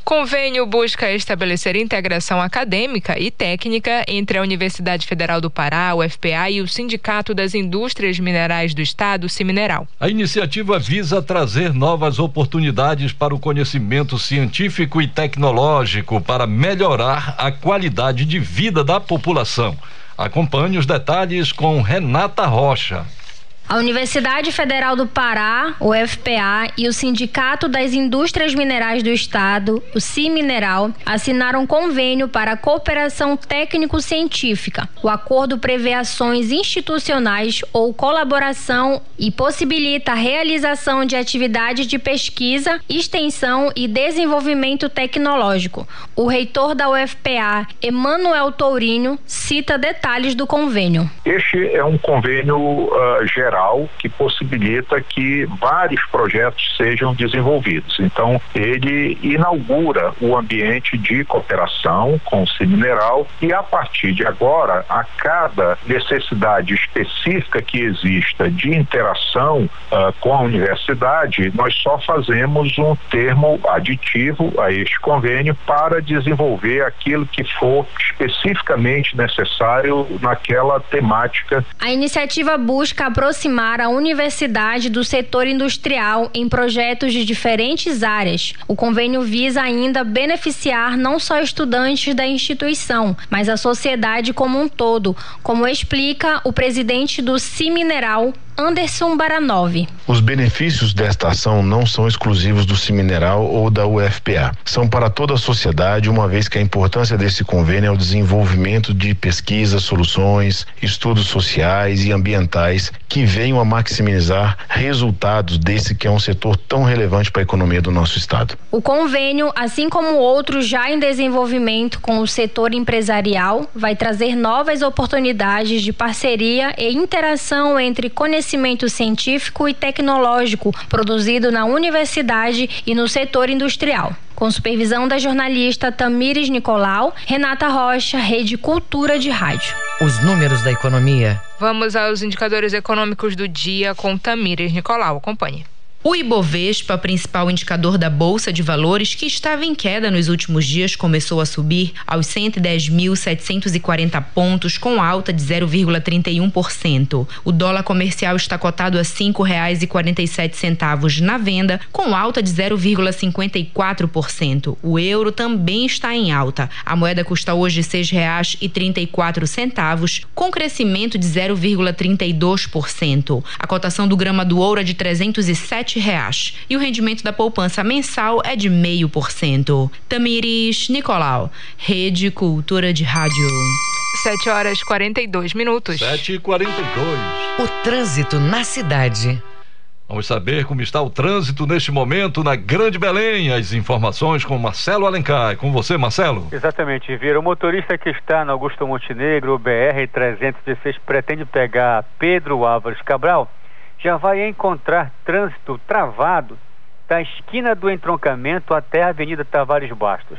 Convênio busca estabelecer integração acadêmica e técnica entre a Universidade Federal do Pará, U F P A, e o Sindicato das Indústrias Minerais do Estado, Simineral. A iniciativa visa trazer novas oportunidades para o conhecimento científico e tecnológico para melhorar a qualidade de vida da população. Acompanhe os detalhes com Renata Rocha. A Universidade Federal do Pará, o U F P A, e o Sindicato das Indústrias Minerais do Estado, o Simineral, assinaram um convênio para a cooperação técnico-científica. O acordo prevê ações institucionais ou colaboração e possibilita a realização de atividades de pesquisa, extensão e desenvolvimento tecnológico. O reitor da U F P A, Emanuel Tourinho, cita detalhes do convênio. Este é um convênio uh, geral que possibilita que vários projetos sejam desenvolvidos. Então, ele inaugura o ambiente de cooperação com o Simineral e, a partir de agora, a cada necessidade específica que exista de interação uh, com a universidade, nós só fazemos um termo aditivo a este convênio para desenvolver aquilo que for especificamente necessário naquela temática. A iniciativa busca aproximar a universidade do setor industrial em projetos de diferentes áreas. O convênio visa ainda beneficiar não só estudantes da instituição, mas a sociedade como um todo, como explica o presidente do Simineral, Anderson Baranov. Os benefícios desta ação não são exclusivos do Simineral ou da U F P A. São para toda a sociedade, uma vez que a importância desse convênio é o desenvolvimento de pesquisas, soluções, estudos sociais e ambientais que venham a maximizar resultados desse que é um setor tão relevante para a economia do nosso estado. O convênio, assim como outros já em desenvolvimento com o setor empresarial, vai trazer novas oportunidades de parceria e interação entre conhecimentos Conhecimento científico e tecnológico produzido na universidade e no setor industrial. Com supervisão da jornalista Tamires Nicolau, Renata Rocha, Rede Cultura de Rádio. Os números da economia. Vamos aos indicadores econômicos do dia com Tamires Nicolau. Acompanhe. O Ibovespa, principal indicador da Bolsa de Valores, que estava em queda nos últimos dias, começou a subir aos cento e dez mil setecentos e quarenta pontos, com alta de zero vírgula trinta e um por cento. O dólar comercial está cotado a cinco reais e quarenta e sete centavos na venda, com alta de zero vírgula cinquenta e quatro por cento. O euro também está em alta. A moeda custa hoje seis reais e trinta e quatro centavos, com crescimento de zero vírgula trinta e dois por cento. A cotação do grama do ouro é de trezentos e sete reais e o rendimento da poupança mensal é de meio por cento. Tamires Nicolau, Rede Cultura de Rádio. sete horas e quarenta e dois minutos. sete e quarenta e dois. O trânsito na cidade. Vamos saber como está o trânsito neste momento na Grande Belém. As informações com Marcelo Alencar. É com você, Marcelo. Exatamente, Vira. O motorista que está na Augusto Montenegro, B R trezentos e dezesseis, pretende pegar Pedro Álvares Cabral, já vai encontrar trânsito travado da esquina do entroncamento até a Avenida Tavares Bastos.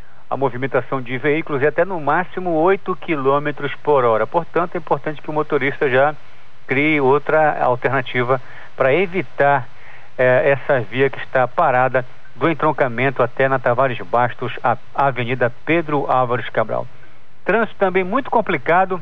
A movimentação de veículos é até no máximo oito quilômetros por hora. Portanto, é importante que o motorista já crie outra alternativa para evitar eh, essa via que está parada do entroncamento até na Tavares Bastos, a Avenida Pedro Álvares Cabral. Trânsito também muito complicado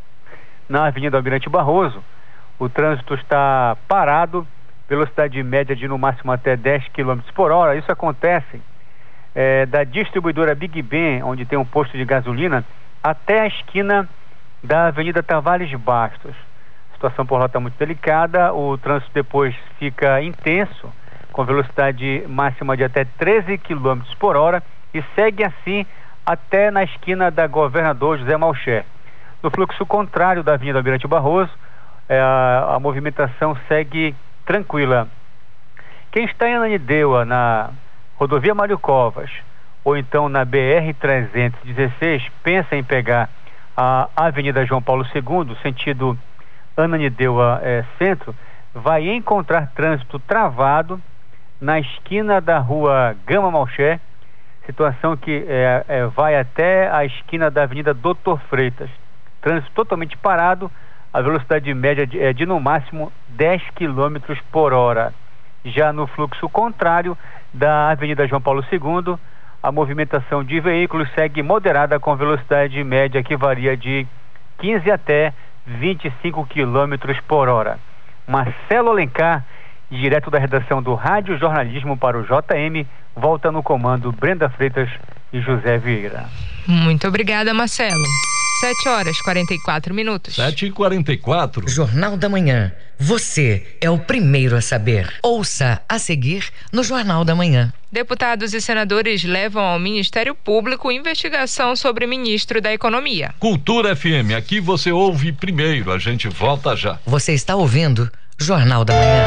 na Avenida Almirante Barroso. O trânsito está parado, velocidade média de no máximo até dez quilômetros por hora. Isso acontece é, da distribuidora Big Ben, onde tem um posto de gasolina, até a esquina da Avenida Tavares Bastos. A situação por lá está muito delicada, o trânsito depois fica intenso, com velocidade máxima de até treze quilômetros por hora e segue assim até na esquina da Governador José Malcher. No fluxo contrário da Avenida Almirante Barroso, É, a, a movimentação segue tranquila. Quem está em Ananindeua, na rodovia Mário Covas, ou então na B R trezentos e dezesseis, pensa em pegar a Avenida João Paulo segundo, sentido Ananindeua é, Centro, vai encontrar trânsito travado na esquina da rua Gama Malcher, situação que é, é, vai até a esquina da Avenida Doutor Freitas. Trânsito totalmente parado. A velocidade média é de no máximo dez quilômetros por hora. Já no fluxo contrário da Avenida João Paulo segundo, A movimentação de veículos segue moderada com velocidade média que varia de quinze até vinte e cinco quilômetros por hora. Marcelo Alencar, direto da redação do Rádio Jornalismo para o J M, volta no comando Brenda Freitas e José Vieira. Muito obrigada, Marcelo. sete horas e quarenta e quatro minutos. sete e quarenta e quatro. Jornal da Manhã. Você é o primeiro a saber. Ouça a seguir no Jornal da Manhã. Deputados e senadores levam ao Ministério Público investigação sobre o ministro da Economia. Cultura F M, aqui você ouve primeiro. A gente volta já. Você está ouvindo Jornal da Manhã.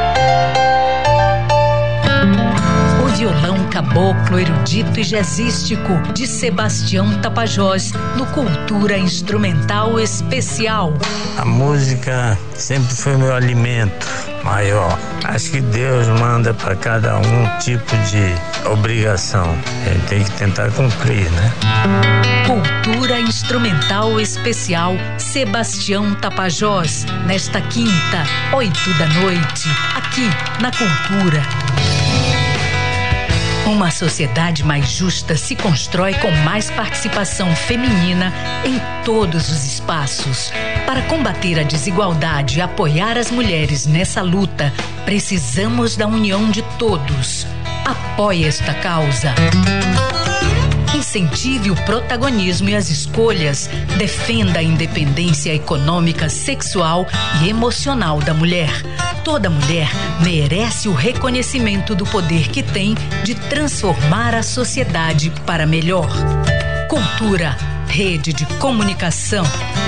Violão caboclo, erudito e jazzístico de Sebastião Tapajós no Cultura Instrumental Especial. A música sempre foi meu alimento maior. Acho que Deus manda para cada um tipo de obrigação. A gente tem que tentar cumprir, né? Cultura Instrumental Especial Sebastião Tapajós, nesta quinta, oito da noite, aqui na Cultura. Uma sociedade mais justa se constrói com mais participação feminina em todos os espaços. Para combater a desigualdade e apoiar as mulheres nessa luta, precisamos da união de todos. Apoie esta causa. Incentive o protagonismo e as escolhas. Defenda a independência econômica, sexual e emocional da mulher. Toda mulher merece o reconhecimento do poder que tem de transformar a sociedade para melhor. Cultura, rede de comunicação.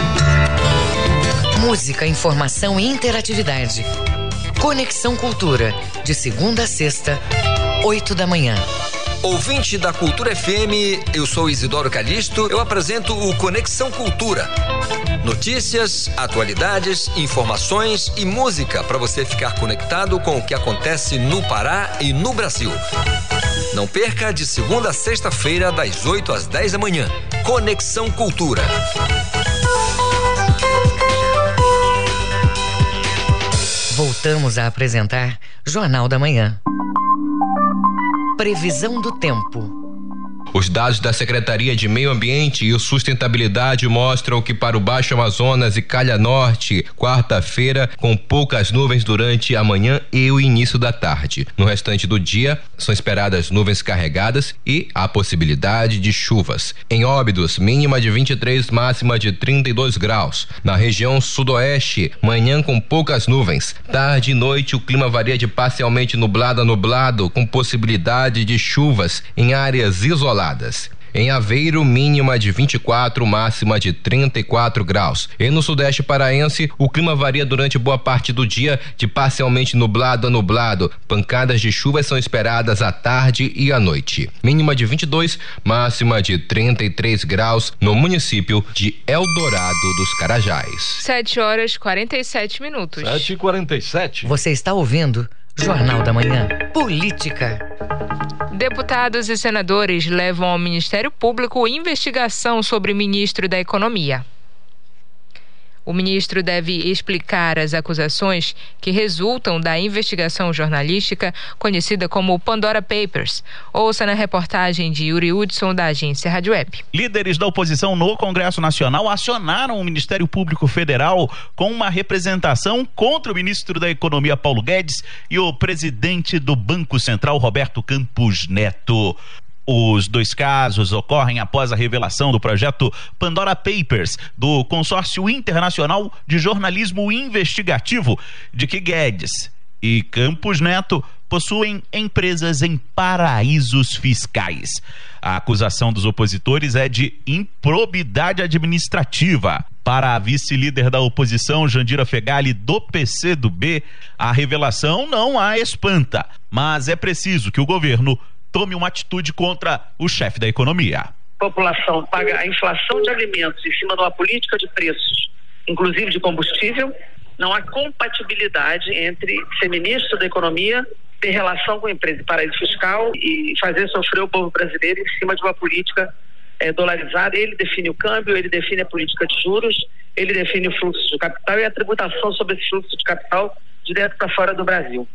Música, informação e interatividade. Conexão Cultura, de segunda a sexta, oito da manhã. Ouvinte da Cultura F M, eu sou Isidoro Calixto, eu apresento o Conexão Cultura. Notícias, atualidades, informações e música para você ficar conectado com o que acontece no Pará e no Brasil. Não perca, de segunda a sexta-feira, das oito às dez da manhã. Conexão Cultura. Voltamos a apresentar Jornal da Manhã. Previsão do tempo. Os dados da Secretaria de Meio Ambiente e Sustentabilidade mostram que para o Baixo Amazonas e Calha Norte, quarta-feira, com poucas nuvens durante a manhã e o início da tarde. No restante do dia, são esperadas nuvens carregadas e a possibilidade de chuvas. Em Óbidos, mínima de vinte e três, máxima de trinta e dois graus. Na região sudoeste, manhã com poucas nuvens. Tarde e noite, o clima varia de parcialmente nublado a nublado, com possibilidade de chuvas em áreas isoladas. Em Aveiro, mínima de vinte e quatro, máxima de trinta e quatro graus. E no sudeste paraense, o clima varia durante boa parte do dia de parcialmente nublado a nublado. Pancadas de chuvas são esperadas à tarde e à noite. Mínima de vinte e dois, máxima de trinta e três graus no município de Eldorado dos Carajás. sete horas e quarenta e sete minutos. sete e quarenta e sete. Você está ouvindo Jornal da Manhã. Política. Deputados e senadores levam ao Ministério Público investigação sobre o ministro da Economia. O ministro deve explicar as acusações que resultam da investigação jornalística conhecida como Pandora Papers. Ouça na reportagem de Yuri Hudson, da agência Rádio Web. Líderes da oposição no Congresso Nacional acionaram o Ministério Público Federal com uma representação contra o ministro da Economia, Paulo Guedes, e o presidente do Banco Central, Roberto Campos Neto. Os dois casos ocorrem após a revelação do projeto Pandora Papers, do Consórcio Internacional de Jornalismo Investigativo, de que Guedes e Campos Neto possuem empresas em paraísos fiscais. A acusação dos opositores é de improbidade administrativa. Para a vice-líder da oposição, Jandira Fegali, do P C do B, a revelação não a espanta, mas é preciso que o governo tome uma atitude contra o chefe da economia. A população paga a inflação de alimentos em cima de uma política de preços, inclusive de combustível. Não há compatibilidade entre ser ministro da economia, ter relação com a empresa de paraíso fiscal e fazer sofrer o povo brasileiro em cima de uma política é, dolarizada. Ele define o câmbio, ele define a política de juros, ele define o fluxo de capital e a tributação sobre esse fluxo de capital de dentro para fora do Brasil.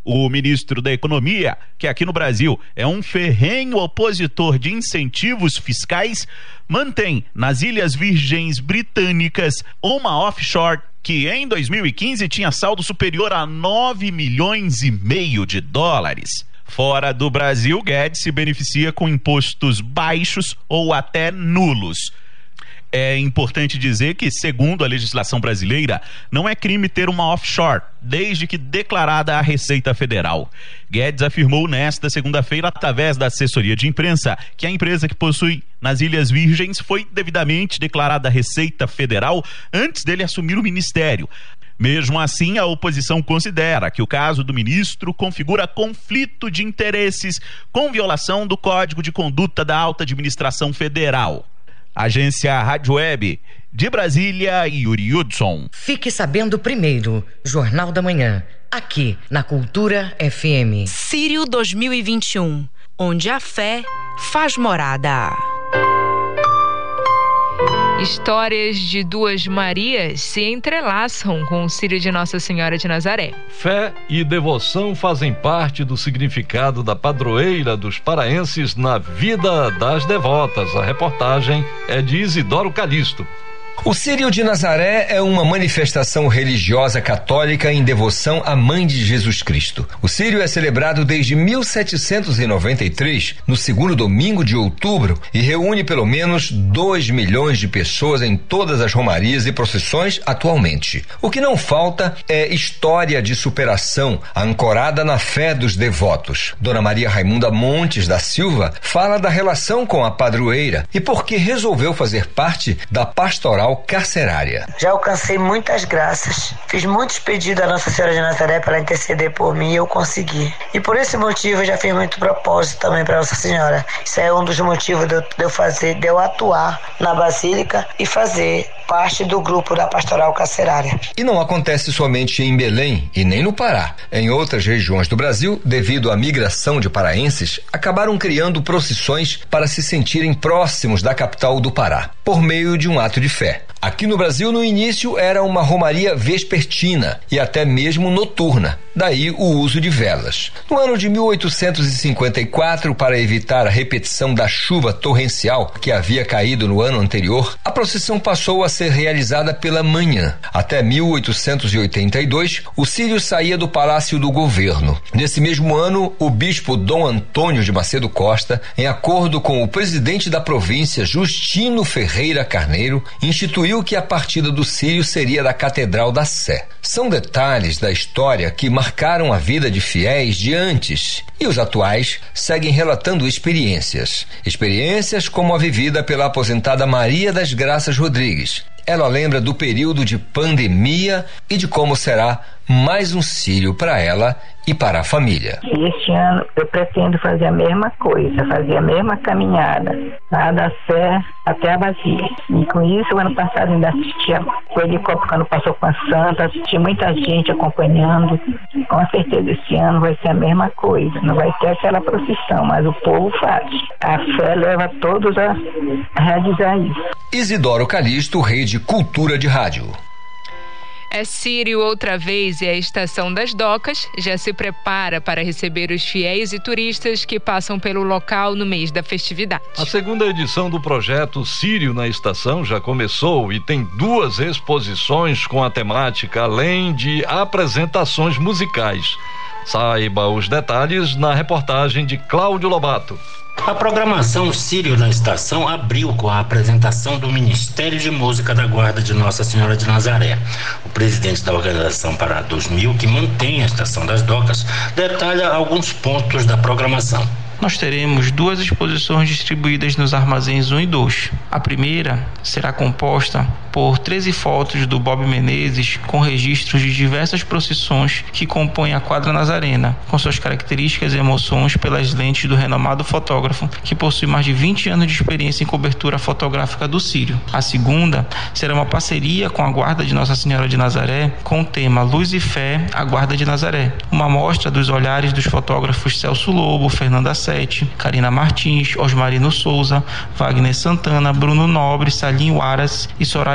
O ministro da Economia, que aqui no Brasil é um ferrenho opositor de incentivos fiscais, mantém nas Ilhas Virgens Britânicas uma offshore que em dois mil e quinze tinha saldo superior a nove milhões e meio de dólares. Fora do Brasil, Guedes se beneficia com impostos baixos ou até nulos. É importante dizer que, segundo a legislação brasileira, não é crime ter uma offshore, desde que declarada à Receita Federal. Guedes afirmou nesta segunda-feira, através da assessoria de imprensa, que a empresa que possui nas Ilhas Virgens foi devidamente declarada à Receita Federal antes dele assumir o ministério. Mesmo assim, a oposição considera que o caso do ministro configura conflito de interesses com violação do Código de Conduta da Alta Administração Federal. Agência Rádio Web de Brasília, Yuri Hudson. Fique sabendo primeiro, Jornal da Manhã, aqui na Cultura F M. Sírio dois mil e vinte e um, onde a fé faz morada. Histórias de duas Marias se entrelaçam com o Círio de Nossa Senhora de Nazaré. Fé e devoção fazem parte do significado da padroeira dos paraenses na vida das devotas. A reportagem é de Isidoro Calixto. O Círio de Nazaré é uma manifestação religiosa católica em devoção à Mãe de Jesus Cristo. O Círio é celebrado desde mil setecentos e noventa e três, no segundo domingo de outubro, e reúne pelo menos dois milhões de pessoas em todas as romarias e procissões atualmente. O que não falta é história de superação, ancorada na fé dos devotos. Dona Maria Raimunda Montes da Silva fala da relação com a padroeira e por que resolveu fazer parte da pastoral carcerária. Já alcancei muitas graças, fiz muitos pedidos à Nossa Senhora de Nazaré para ela interceder por mim e eu consegui. E por esse motivo eu já fiz muito propósito também para Nossa Senhora. Isso é um dos motivos de eu, de eu fazer, de eu atuar na Basílica e fazer parte do grupo da pastoral carcerária. E não acontece somente em Belém e nem no Pará. Em outras regiões do Brasil, devido à migração de paraenses, acabaram criando procissões para se sentirem próximos da capital do Pará, por meio de um ato de fé. Aqui no Brasil, no início, era uma romaria vespertina e até mesmo noturna, daí o uso de velas. No ano de mil oitocentos e cinquenta e quatro, para evitar a repetição da chuva torrencial que havia caído no ano anterior, a procissão passou a ser realizada pela manhã. Até mil oitocentos e oitenta e dois, o Círio saía do Palácio do Governo. Nesse mesmo ano, o bispo Dom Antônio de Macedo Costa, em acordo com o presidente da província, Justino Ferreira Carneiro, instituiu que a partida do Círio seria da Catedral da Sé. São detalhes da história que marcaram a vida de fiéis de antes e os atuais seguem relatando experiências. Experiências como a vivida pela aposentada Maria das Graças Rodrigues. Ela lembra do período de pandemia e de como será mais um Círio para ela e para a família. Este ano eu pretendo fazer a mesma coisa, fazer a mesma caminhada, lá da Sé até a Basílica. E com isso, o ano passado ainda assistia o helicóptero quando passou com a Santa, assistia muita gente acompanhando. Com certeza esse ano vai ser a mesma coisa, não vai ter aquela procissão, mas o povo faz. A fé leva todos a, a realizar isso. Isidoro Calixto, Rede Cultura de Rádio. É Círio outra vez e a Estação das Docas já se prepara para receber os fiéis e turistas que passam pelo local no mês da festividade. A segunda edição do projeto Círio na Estação já começou e tem duas exposições com a temática, além de apresentações musicais. Saiba os detalhes na reportagem de Cláudio Lobato. A programação Círio na Estação abriu com a apresentação do Ministério de Música da Guarda de Nossa Senhora de Nazaré. O presidente da Organização Pará dois mil, que mantém a Estação das Docas, detalha alguns pontos da programação. Nós teremos duas exposições distribuídas nos armazéns um e dois. A primeira será composta por treze fotos do Bob Menezes com registros de diversas procissões que compõem a quadra nazarena, com suas características e emoções pelas lentes do renomado fotógrafo, que possui mais de vinte anos de experiência em cobertura fotográfica do Círio. A segunda será uma parceria com a Guarda de Nossa Senhora de Nazaré, com o tema Luz e Fé, a Guarda de Nazaré. Uma mostra dos olhares dos fotógrafos Celso Lobo, Fernanda Sete, Karina Martins, Osmarino Souza, Wagner Santana, Bruno Nobre, Salinho Aras e Soraya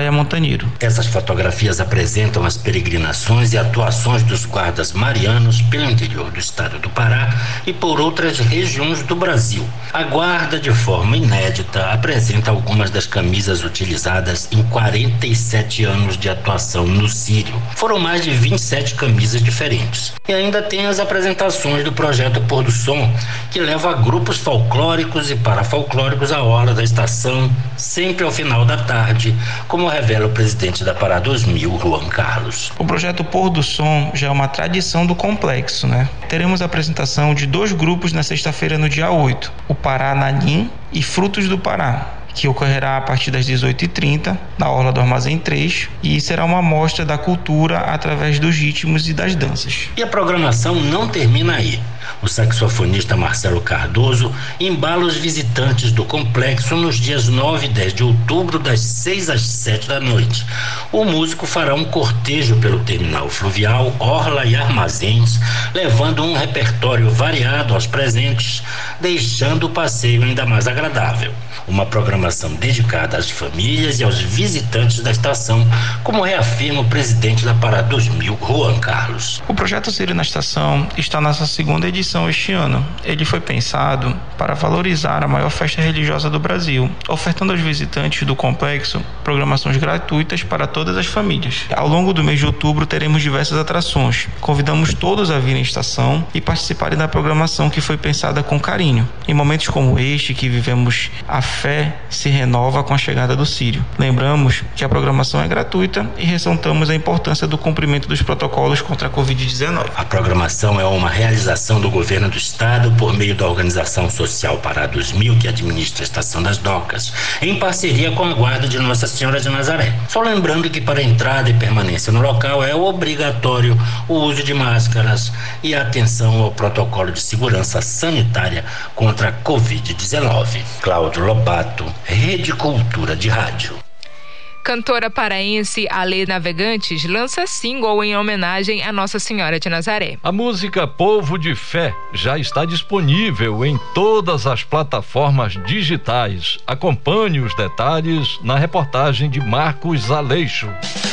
Praia Montaneiro. Essas fotografias apresentam as peregrinações e atuações dos guardas marianos pelo interior do estado do Pará e por outras regiões do Brasil. A guarda, de forma inédita, apresenta algumas das camisas utilizadas em quarenta e sete anos de atuação no Sírio. Foram mais de vinte e sete camisas diferentes. E ainda tem as apresentações do projeto Pôr do Som, que leva grupos folclóricos e parafolclóricos à hora da estação, sempre ao final da tarde, como revela o presidente da Pará dois mil, Juan Carlos. O projeto Pôr do Som já é uma tradição do complexo, né? Teremos a apresentação de dois grupos na sexta-feira, no dia oito, o Pará Nanim e Frutos do Pará, que ocorrerá a partir das dezoito e trinta, na Orla do Armazém três, e será uma mostra da cultura através dos ritmos e das danças. E a programação não termina aí. O saxofonista Marcelo Cardoso embala os visitantes do complexo nos dias nove e dez de outubro, das seis às sete da noite. O músico fará um cortejo pelo terminal fluvial, orla e armazéns, levando um repertório variado aos presentes, deixando o passeio ainda mais agradável. Uma programação dedicada às famílias e aos visitantes da estação, como reafirma o presidente da Pará dois mil, Juan Carlos. O projeto Sírio na Estação está nessa segunda edição este ano. Ele foi pensado para valorizar a maior festa religiosa do Brasil, ofertando aos visitantes do complexo programações gratuitas para todas as famílias. Ao longo do mês de outubro teremos diversas atrações. Convidamos todos a virem à estação e participarem da programação que foi pensada com carinho. Em momentos como este que vivemos, a fé se renova com a chegada do Sírio. Lembramos que a programação é gratuita e ressaltamos a importância do cumprimento dos protocolos contra a covid dezenove. A programação é uma realização do governo do estado por meio da Organização Social Pará dois mil, que administra a Estação das Docas, em parceria com a Guarda de Nossa Senhora de Nazaré. Só lembrando que para entrada e permanência no local é obrigatório o uso de máscaras e a atenção ao protocolo de segurança sanitária contra a covid dezenove. Cláudio Lobato, Rede Cultura de Rádio. Cantora paraense Alê Navegantes lança single em homenagem a Nossa Senhora de Nazaré. A música Povo de Fé já está disponível em todas as plataformas digitais. Acompanhe os detalhes na reportagem de Marcos Aleixo.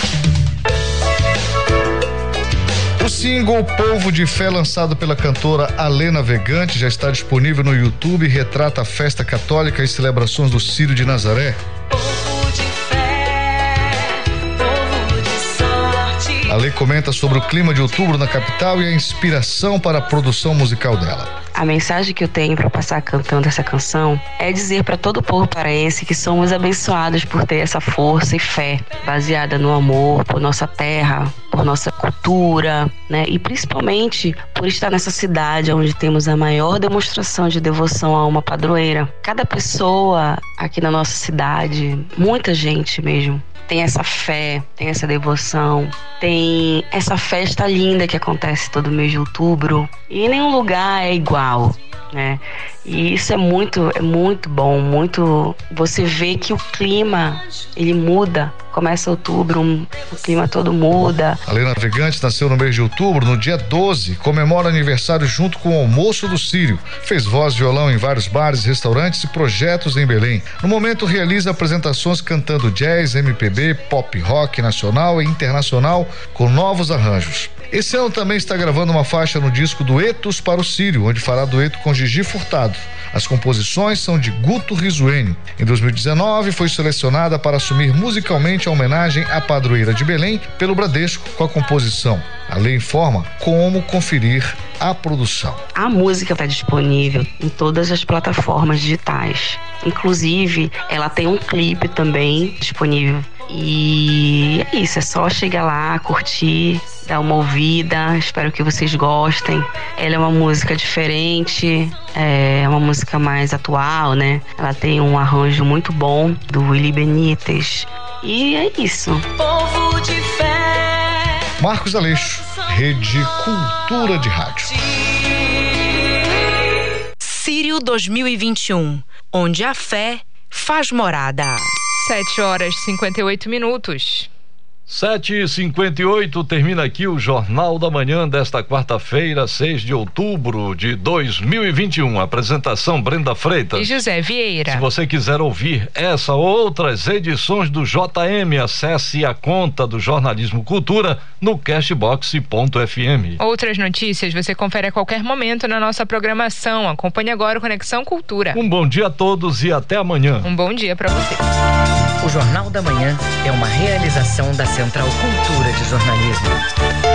O single Povo de Fé, lançado pela cantora Alê Navegante, já está disponível no YouTube e retrata a festa católica e celebrações do Sírio de Nazaré. Povo de fé, povo de sorte. Alê comenta sobre o clima de outubro na capital e a inspiração para a produção musical dela. A mensagem que eu tenho para passar cantando essa canção é dizer para todo o povo paraense que somos abençoados por ter essa força e fé baseada no amor por nossa terra, por nossa cultura, né? E principalmente por estar nessa cidade onde temos a maior demonstração de devoção a uma padroeira. Cada pessoa aqui na nossa cidade, muita gente mesmo, tem essa fé, tem essa devoção, tem essa festa linda que acontece todo mês de outubro e nenhum lugar é igual, né? E isso é muito, é muito bom, muito. Você vê que o clima ele muda. Começa outubro, um, o clima todo muda. Alê Navegante nasceu no mês de outubro, no dia doze, comemora aniversário junto com o almoço do Sírio. Fez voz e violão em vários bares, restaurantes e projetos em Belém. No momento realiza apresentações cantando jazz, M P B, pop rock nacional e internacional com novos arranjos. Esse ano também está gravando uma faixa no disco Duetos para o Sírio, onde fará dueto com Gigi Furtado. As composições são de Guto Rizueni. Em dois mil e dezenove, foi selecionada para assumir musicalmente a homenagem à padroeira de Belém pelo Bradesco com a composição. A lei informa como conferir a produção. A música está disponível em todas as plataformas digitais. Inclusive, ela tem um clipe também disponível. E é isso, é só chegar lá, curtir, dar uma ouvida. Espero que vocês gostem. Ela é uma música diferente, é uma música mais atual, né? Ela tem um arranjo muito bom do Willy Benítez. E é isso. Povo de fé. Marcos Aleixo, Rede Cultura de Rádio. Sírio dois mil e vinte e um, onde a fé faz morada. sete horas e cinquenta e oito minutos. sete e cinquenta e oito, termina aqui o Jornal da Manhã desta quarta-feira, seis de outubro de dois mil e vinte e um. Apresentação Brenda Freitas e José Vieira. Se você quiser ouvir essa ou outras edições do J M, acesse a conta do Jornalismo Cultura no cashbox ponto f m. Outras notícias você confere a qualquer momento na nossa programação. Acompanhe agora o Conexão Cultura. Um bom dia a todos e até amanhã. Um bom dia para você. O Jornal da Manhã é uma realização da Central Cultura de Jornalismo.